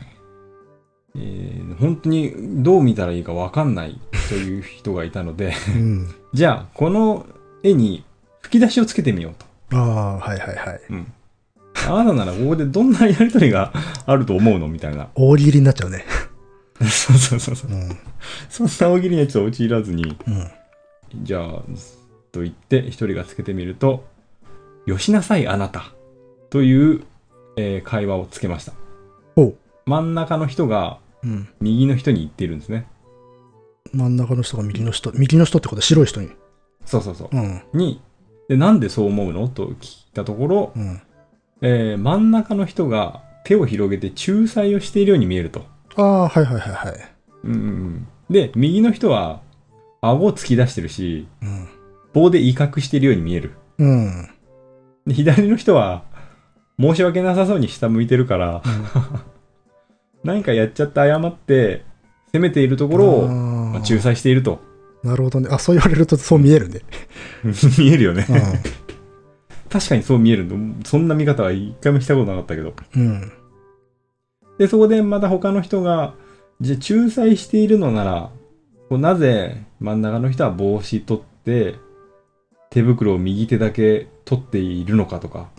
本当にどう見たらいいか分かんないという人がいたので、 うん。 じゃあこの絵に吹き出しをつけてみようと。 ああ、はいはいはい。 うん。あなたならここでどんなやりとりがあると思うのみたいな。 大喜利になっちゃうね。 そうそうそうそう。 うん。 そんな大喜利にはちょっと陥らずに、 うん。 じゃあ、と言って一人がつけてみると、よしなさいあなたという、会話をつけました。 おう。 真ん中の人がうん。 右の人に言っているんですね。 真ん中の人が右の人。右の人ってことは白い人に。 そうそうそう。 うん。 で、なんでそう思うのと聞いたところ、 うん。 真ん中の人が手を広げて仲裁をしているように見えると。 ああ、はいはいはいはい。 うんうんうん。で、右の人は顎を突き出してるし、 うん。 棒で威嚇しているように見える。 うん。 で、左の人は申し訳なさそうに下向いてるから、何かやっちゃって謝って責めているところを、仲裁していると。 なるほどね。あ、そう言われるとそう見えるね。 見えるよね。 う確かにそう見えるの。そんな見方は一回もしたことなかったけど。 ん。 で、そこでまた他の人が、じゃあ仲裁しているのなら、なぜ真ん中の人は帽子取って、手袋を右手だけ取っているのかとか。 うん。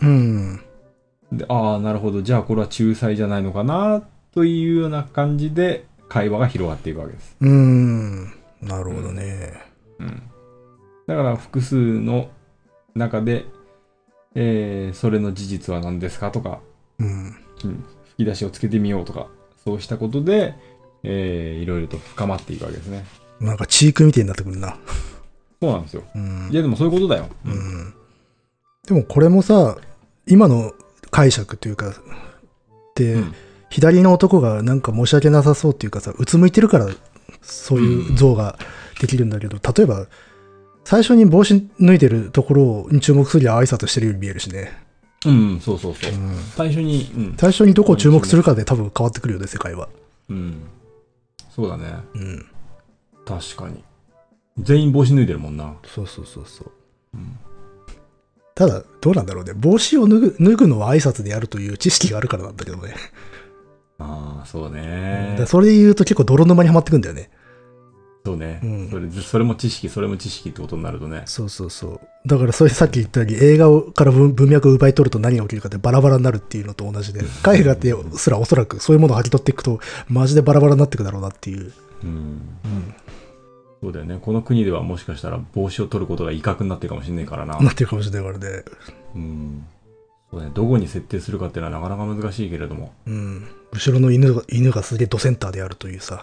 で、ああ、なるほど。じゃあこれは仲裁じゃないのかな、というような感じで会話が広がっていくわけです。 なるほどね。 うん。だから複数の中で、それの事実は何ですかとか、 うん。 吹き出しをつけてみようとか、そうしたことで、いろいろと深まっていくわけですね。 なんかチークみたいになってくるな。 そうなんですよ。 うん。 いや、でもそういうことだよ。 うん。でもこれもさ、今の解釈というか、で、左の男がなんか申し訳なさそうっていうかさ、うつむいてるから、そういう像ができるんだけど、例えば、最初に帽子脱いでるところに注目するには挨拶してるように見えるしね。 うん、そうそうそう。最初に、 最初にどこを注目するかで多分変わってくるよね、世界は。 うん。そうだね。 うん。 確かに。全員帽子脱いでるもんな。 そうそうそうそう。ただ、どうなんだろうね。帽子を脱ぐのは挨拶でやるという知識があるからなんだけどね。 ああ、そうね。 だそれで言うと結構泥沼にはまってくんだよね。 そうね、 うん、 それも知識、それも知識ってことになるとね。 そうそうそう。だからそれさっき言ったように映画から文脈を奪い取ると何が起きるかってバラバラになるっていうのと同じで、絵画ってすらおそらくそういうものを剥ぎ取っていくとマジでバラバラになっていくだろうなっていう。 そうだよね。この国ではもしかしたら帽子を取ることが威嚇になってるかもしれないからな。 なってるかもしれないからね。 そうね。どこに設定するかっていうのはなかなか難しいけれども。 後ろの犬がすげえドセンターであるというさ。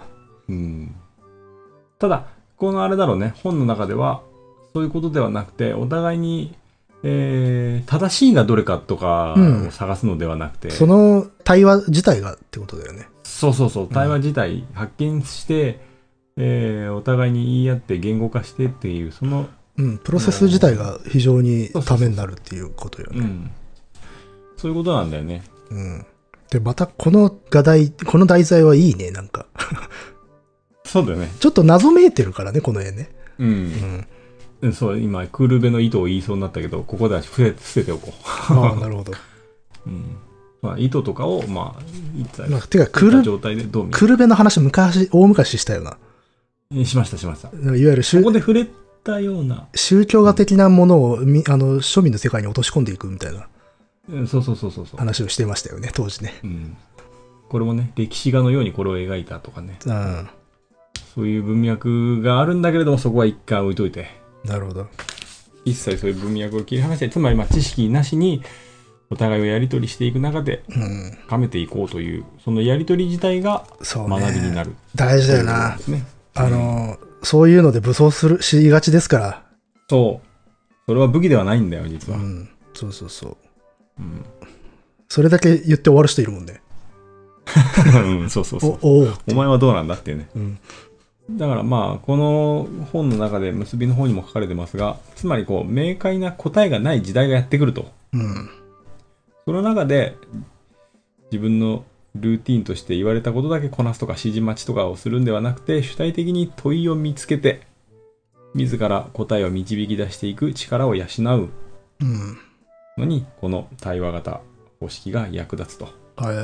ただ、このあれだろうね。本の中では、そういうことではなくて、お互いに、正しいがどれかとかを探すのではなくて、 その対話自体がってことだよね。 そうそうそう。対話自体発見して、お互いに言い合って言語化してっていう、その、 プロセス自体が非常にためになるっていうことよね。 そういうことなんだよね。 で、またこの題材はいいね、なんか。 そうだよね。 ちょっと謎めいてるからね、この絵ね。 そう、今、クールベの糸を言いそうになったけど、ここでは伏せておこう。 ああ、なるほど。 糸とかを、一切、 てか、クールベの話、大昔したよな。 しました、しました。いわゆるここで触れたような。 宗教画的なものを、庶民の世界に落とし込んでいくみたいな。 そう。 話をしてましたよね、当時ね。 これもね、歴史画のようにこれを描いたとかね。そういう文脈があるんだけれども、そこは一回置いといて。 なるほど。 一切そういう文脈を切り離して、つまり知識なしにお互いをやり取りしていく中で深めていこうという、そのやり取り自体が学びになる、ね。 大事だよな。そういうので武装しがちですから。 そう。それは武器ではないんだよ、実は。 そうそうそう。それだけ言って終わる人いるもんね。 そう。お前はどうなんだっていうね。 だからまあ、この本の中で結びの方にも書かれてますが、つまりこう、明快な答えがない時代がやってくると。 うん。 その中で、自分のルーティンとして言われたことだけこなすとか指示待ちとかをするんではなくて、主体的に問いを見つけて、自ら答えを導き出していく力を養ううん。 のに、この対話型方式が役立つと。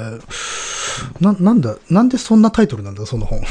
なんでそんなタイトルなんだ、その本。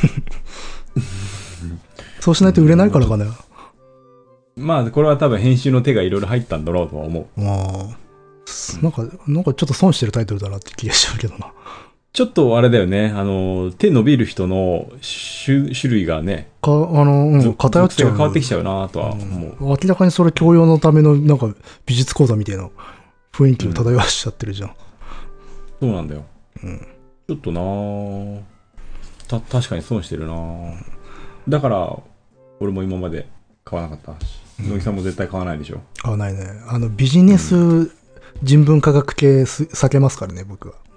そうしないと売れないからかね。 まあ、これは多分編集の手がいろいろ入ったんだろうとは思う。 なんかちょっと損してるタイトルだなって気がしちゃうけどな。 ちょっとあれだよね。手伸びる人の種類がね、 偏っちゃう。 属性が変わってきちゃうなとは思う。 明らかにそれ教養のためのなんか美術講座みたいな雰囲気を漂わしちゃってるじゃん。 そうなんだよ。ちょっとな確かに損してるなだから、俺も今まで買わなかったし、野木さんも絶対買わないでしょ。 買わないね。ビジネス人文科学系避けますからね、僕は。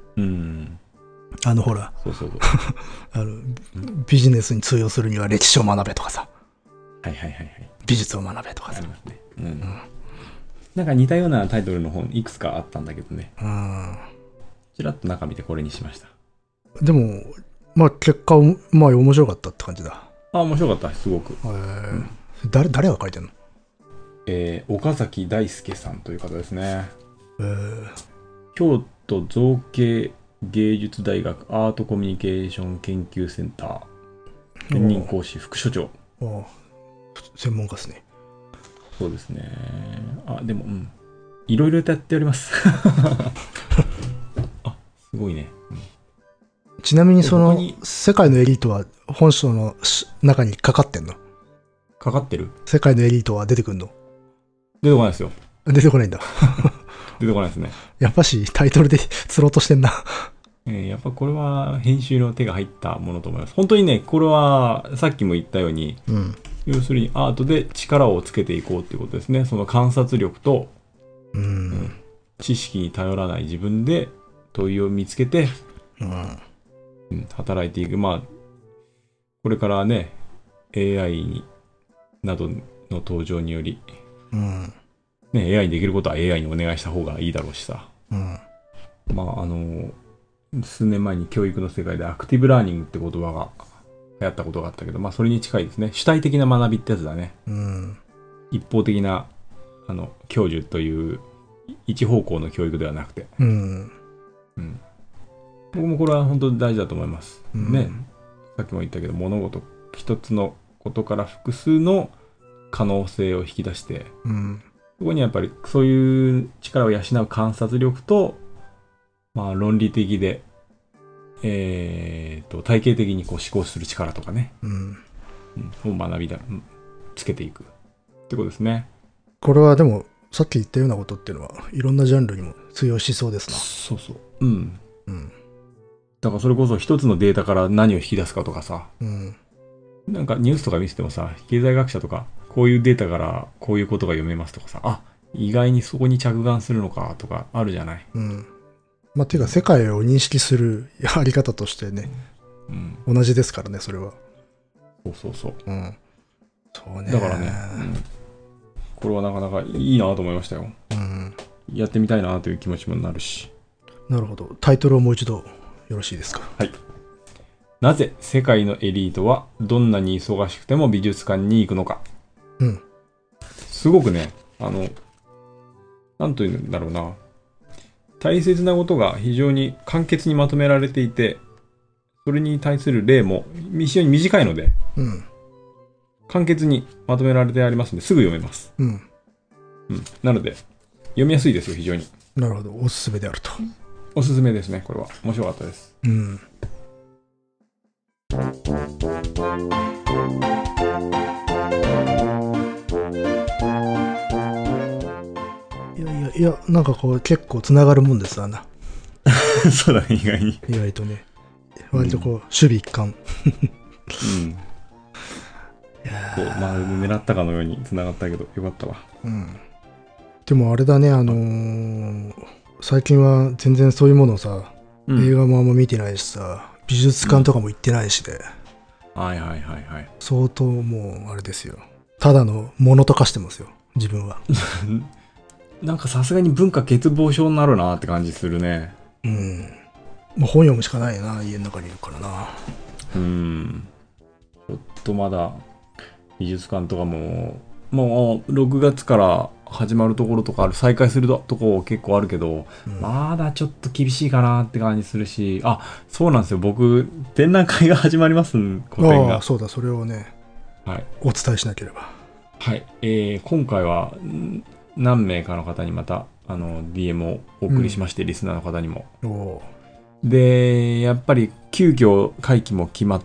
ほら。 そうそうビジネスに通用するには歴史を学べとかさ。 はいはいはいはい。 美術を学べとかさ。ありますね。 なんか似たようなタイトルの本いくつかあったんだけどね。ちらっと中見てこれにしました。 でも、まあ結果、まあ面白かったって感じだ。 面白かった、すごく。 誰が書いてんの？ 岡崎大輔さんという方ですね。京都造形芸術大学アートコミュニケーション研究センター兼任講師副所長。 専門家ですね。 そうですね。でもいろいろとやっております。すごいね。 ちなみにその世界のエリートは本書の中にかかってんの？ かかってる？ 世界のエリートは出てくんの？ 出てこないですよ。 出てこないんだ。 出てこないですね。 やっぱしタイトルで釣ろうとしてんな。 やっぱこれは編集の手が入ったものと思います。本当にね、これはさっきも言ったように、要するにアートで力をつけていこうっていうことですね。その観察力と、知識に頼らない自分で問いを見つけて、働いていく。まあ、これからね、AI などの登場により、AI にできることは AI にお願いした方がいいだろうしさ。まあ、数年前に教育の世界でアクティブラーニングって言葉が流行ったことがあったけど、まあそれに近いですね。主体的な学びってやつだね。一方的な、教授という一方向の教育ではなくて。僕もこれは本当に大事だと思います。ね。さっきも言ったけど、物事、一つのことから複数の可能性を引き出して、そこにやっぱりそういう力を養う観察力と、まあ論理的で、体系的にこう思考する力とかね、を学びつけていくってことですね。 これはでもさっき言ったようなことっていうのはいろんなジャンルにも通用しそうですな。 そうそう。だからそれこそ一つのデータから何を引き出すかとかさ、なんかニュースとか見せてもさ、経済学者とかこういうデータからこういうことが読めますとかさ、意外にそこに着眼するのかとかあるじゃない。 まあ、ていうか世界を認識するやり方としてね、同じですからね、それは。 そう。 そうね。 だからね、これはなかなかいいなと思いましたよ。やってみたいなという気持ちもなるし。 なるほど。タイトルをもう一度よろしいですか。 はい。なぜ世界のエリートはどんなに忙しくても美術館に行くのか。すごくね、なんというんだろうな。大切なことが非常に簡潔にまとめられていて、それに対する例も非常に短いので、簡潔にまとめられてありますので、すぐ読めます。なので、読みやすいですよ、非常に。 なるほど。おすすめであると。 おすすめですね、これは。面白かったです。 いや、なんかこう結構つながるもんですわな。 そうだね、意外に。 意外とね。割とこう、守備一貫。 そう、まあ、狙ったかのようにつながったけど、よかったわ。 でもあれだね、最近は全然そういうものをさ、映画もあんま見てないしさ、美術館とかも行ってないしで。 はいはいはいはい。 相当もう、あれですよ。ただのものと化してますよ。自分は。 なんかさすがに文化欠乏症になるなって感じするね。 うん。もう本読むしかないな、家の中にいるからな。 ちょっとまだ美術館とかもう6月から始まるところとか再開するとこ結構あるけど、 うん、 まだちょっと厳しいかなって感じするし、あ、そうなんですよ。僕、展覧会が始まります、個展ああ、 が。 そうだ、それをね、 はい。 お伝えしなければ。 はい。今回は何名かの方にまた、DM をお送りしまして、リスナーの方にも。 おおで、やっぱり急遽会期も決まって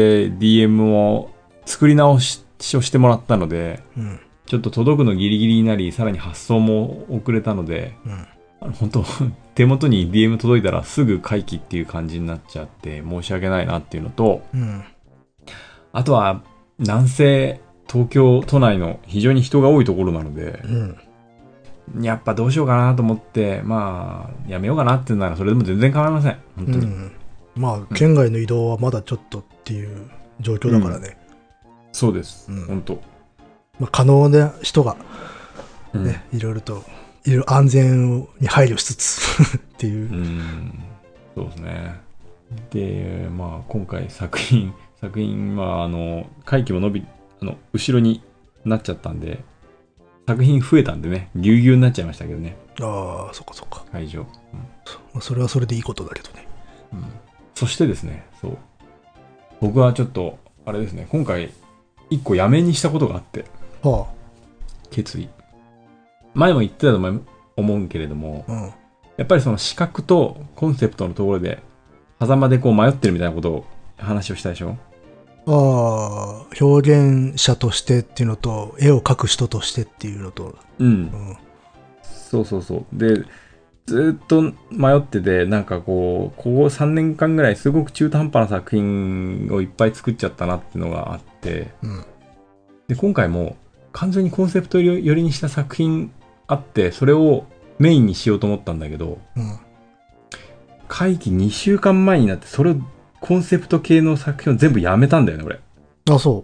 、DM を作り直しをしてもらったので、 ー。うん。 ちょっと届くのギリギリになり、さらに発送も遅れたので、 うん。 本当手元に DM 届いたらすぐ会期っていう感じになっちゃって、申し訳ないなっていうのと、 うん。 あとは、南西、東京都内の非常に人が多いところなので、 うん。 やっぱどうしようかなと思って、まあ、やめようかなっていうならそれでも全然構いません。本当に。 うん。まあ、県外の移動はまだちょっとっていう状況だからね。 そうです。 うん。 本当。 まあ、可能な人がうん。 ね、いろいろ安全に配慮しつつっていう。 そうですね。で、まあ、今回作品は、会期も後ろになっちゃったんで、作品増えたんでね、ぎゅうぎゅうになっちゃいましたけどね、 ああ、そっかそっか。 会場。 まあ、それはそれでいいことだけどね。 そしてですね、そう。僕はちょっと、あれですね、今回、一個やめにしたことがあって、 は決意。前も言ってたと思うけれども、 あ。うん。 やっぱりその視覚とコンセプトのところで、狭間でこう迷ってるみたいなことを話をしたでしょ。 ああ、表現者としてっていうのと、絵を描く人としてっていうのと、 うん。 うん。 そうそうそう。で、ずーっと迷ってて、なんかここ3年間ぐらいすごく中途半端な作品をいっぱい作っちゃったなっていうのがあって、 うん。 で、今回も完全にコンセプト寄りにした作品あって、それをメインにしようと思ったんだけど、 うん。 会期2週間前になって、それをコンセプト系の作品を全部やめたんだよね、俺。 あ、そう。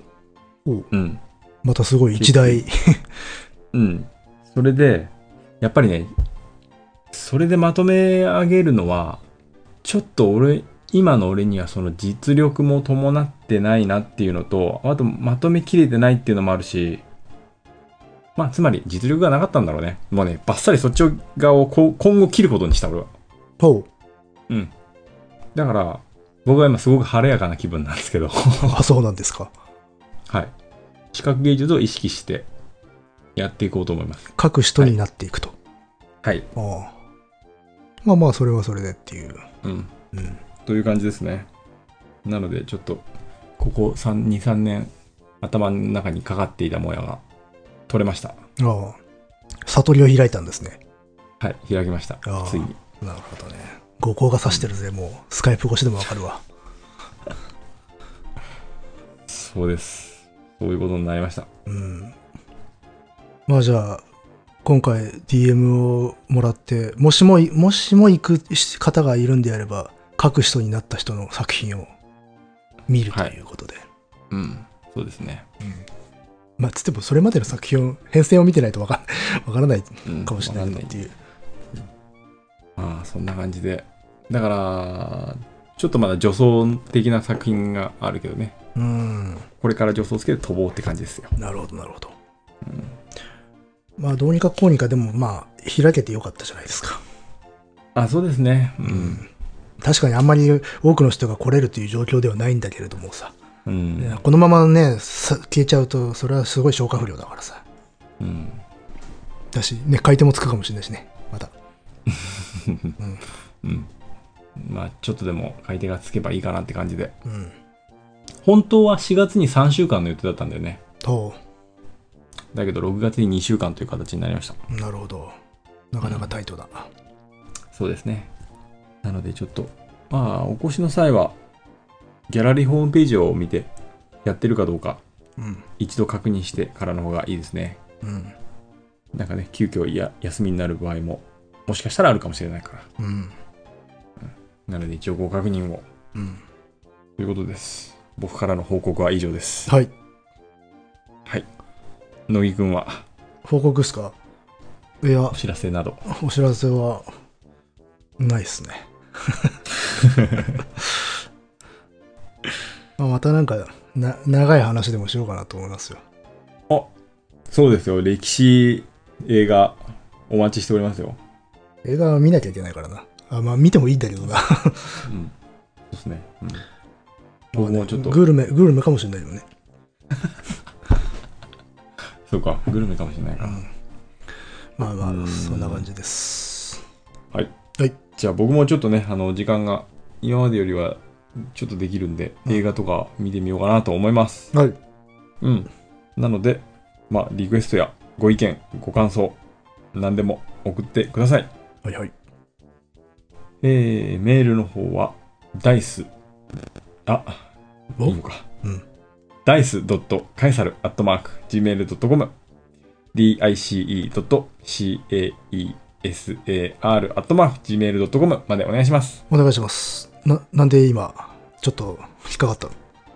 おううん。 またすごい一大。 うん。それで、やっぱりね、それでまとめ上げるのは、ちょっと今の俺にはその実力も伴ってないなっていうのと、あとまとめきれてないっていうのもあるし、まあつまり実力がなかったんだろうね。もうね、バッサリそっち側を今後切ることにした俺は。 ほうん。だから、僕は今すごく晴れやかな気分なんですけど。 う。あ、そうなんですか。 はい。視覚芸術を意識してやっていこうと思います。 描く人になっていくと。 はい。 ああ。まあまあ、それはそれでっていう。 うん。 うん。 という感じですね。なので、ちょっと、ここ2、3年、頭の中にかかっていたもやが取れました。 ああ。悟りを開いたんですね。 はい、開きました。 ああ。 ついに。 なるほどね。五光が差してるぜ、もう。スカイプ越しでもわかるわ。 そうです。そういうことになりました。 うん。まあじゃあ、今回 DM をもらって、もしも行く方がいるんであれば、書く人になった人の作品を見るということで。 うん。そうですね。 まあ、つってもそれまでの作品を、変遷を見てないとわからないかもしれないっていう。 まあ、そんな感じで。だから、ちょっとまだ女装的な作品があるけどね。これから女装つけて飛ぼうって感じですよ。 なるほど、なるほど。まあ、どうにかこうにかでも、まあ、開けてよかったじゃないですか。 あ、そうですね。 確かにあんまり多くの人が来れるという状況ではないんだけれどもさ。 うん。 このままね、消えちゃうと、それはすごい消化不良だからさ。 うん。 だし、ね、買い手もつくかもしれないしね、また。 まあ、ちょっとでも買い手がつけばいいかなって感じで。 うん。 本当は4月に3週間の予定だったんだよね。 と、 だけど6月に2週間という形になりました。 なるほど。なかなかタイトだ。 そうですね。なのでちょっと、まあ、お越しの際は、ギャラリーホームページを見て、やってるかどうか、一度確認してからの方がいいですね。なんかね、急遽休みになる場合も、もしかしたらあるかもしれないから。なので一応ご確認を。ということです。 僕からの報告は以上です。 はい。 はい。乃木くんは報告っすか？いや、 お知らせなど。 お知らせは、ないっすね。またなんか長い話でもしようかなと思いますよ。 あ、そうですよ。歴史映画お待ちしておりますよ。 映画は見なきゃいけないからな。まあ見てもいいんだけどな。 うん。そうですね。うん。僕もちょっと。 グルメかもしれないよね。 そうか、グルメかもしれないから。 まあまあ、そんな感じです。 はい。 はい。 じゃあ僕もちょっとね、時間が今までよりはちょっとできるんで、映画とか見てみようかなと思います。 はい。 うん。なので、リクエストやご意見、ご感想、何でも送ってください。 はいはい。 メールの方は、ダイス、いいのか。dice.caesar@gmail.com dice.caesar@gmail.com までお願いします。 お願いします。なんで今、ちょっと引っかかったの？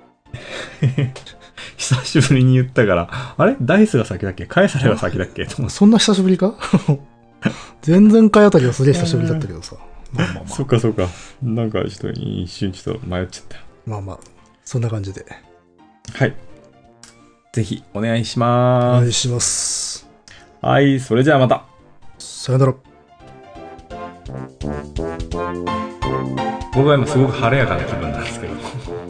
久しぶりに言ったから、あれダイスが先だっけカエサルが先だっけそんな久しぶりか？全然回あたりはすげえ久しぶりだったけどさ。まあ。 そっか。なんかちょっと一瞬ちょっと迷っちゃった。 まあ、そんな感じで。 はい。ぜひお願いします。 お願いします。 はい、それじゃあまた。 さよなら。 僕は今すごく晴れやかな気分なんですけど。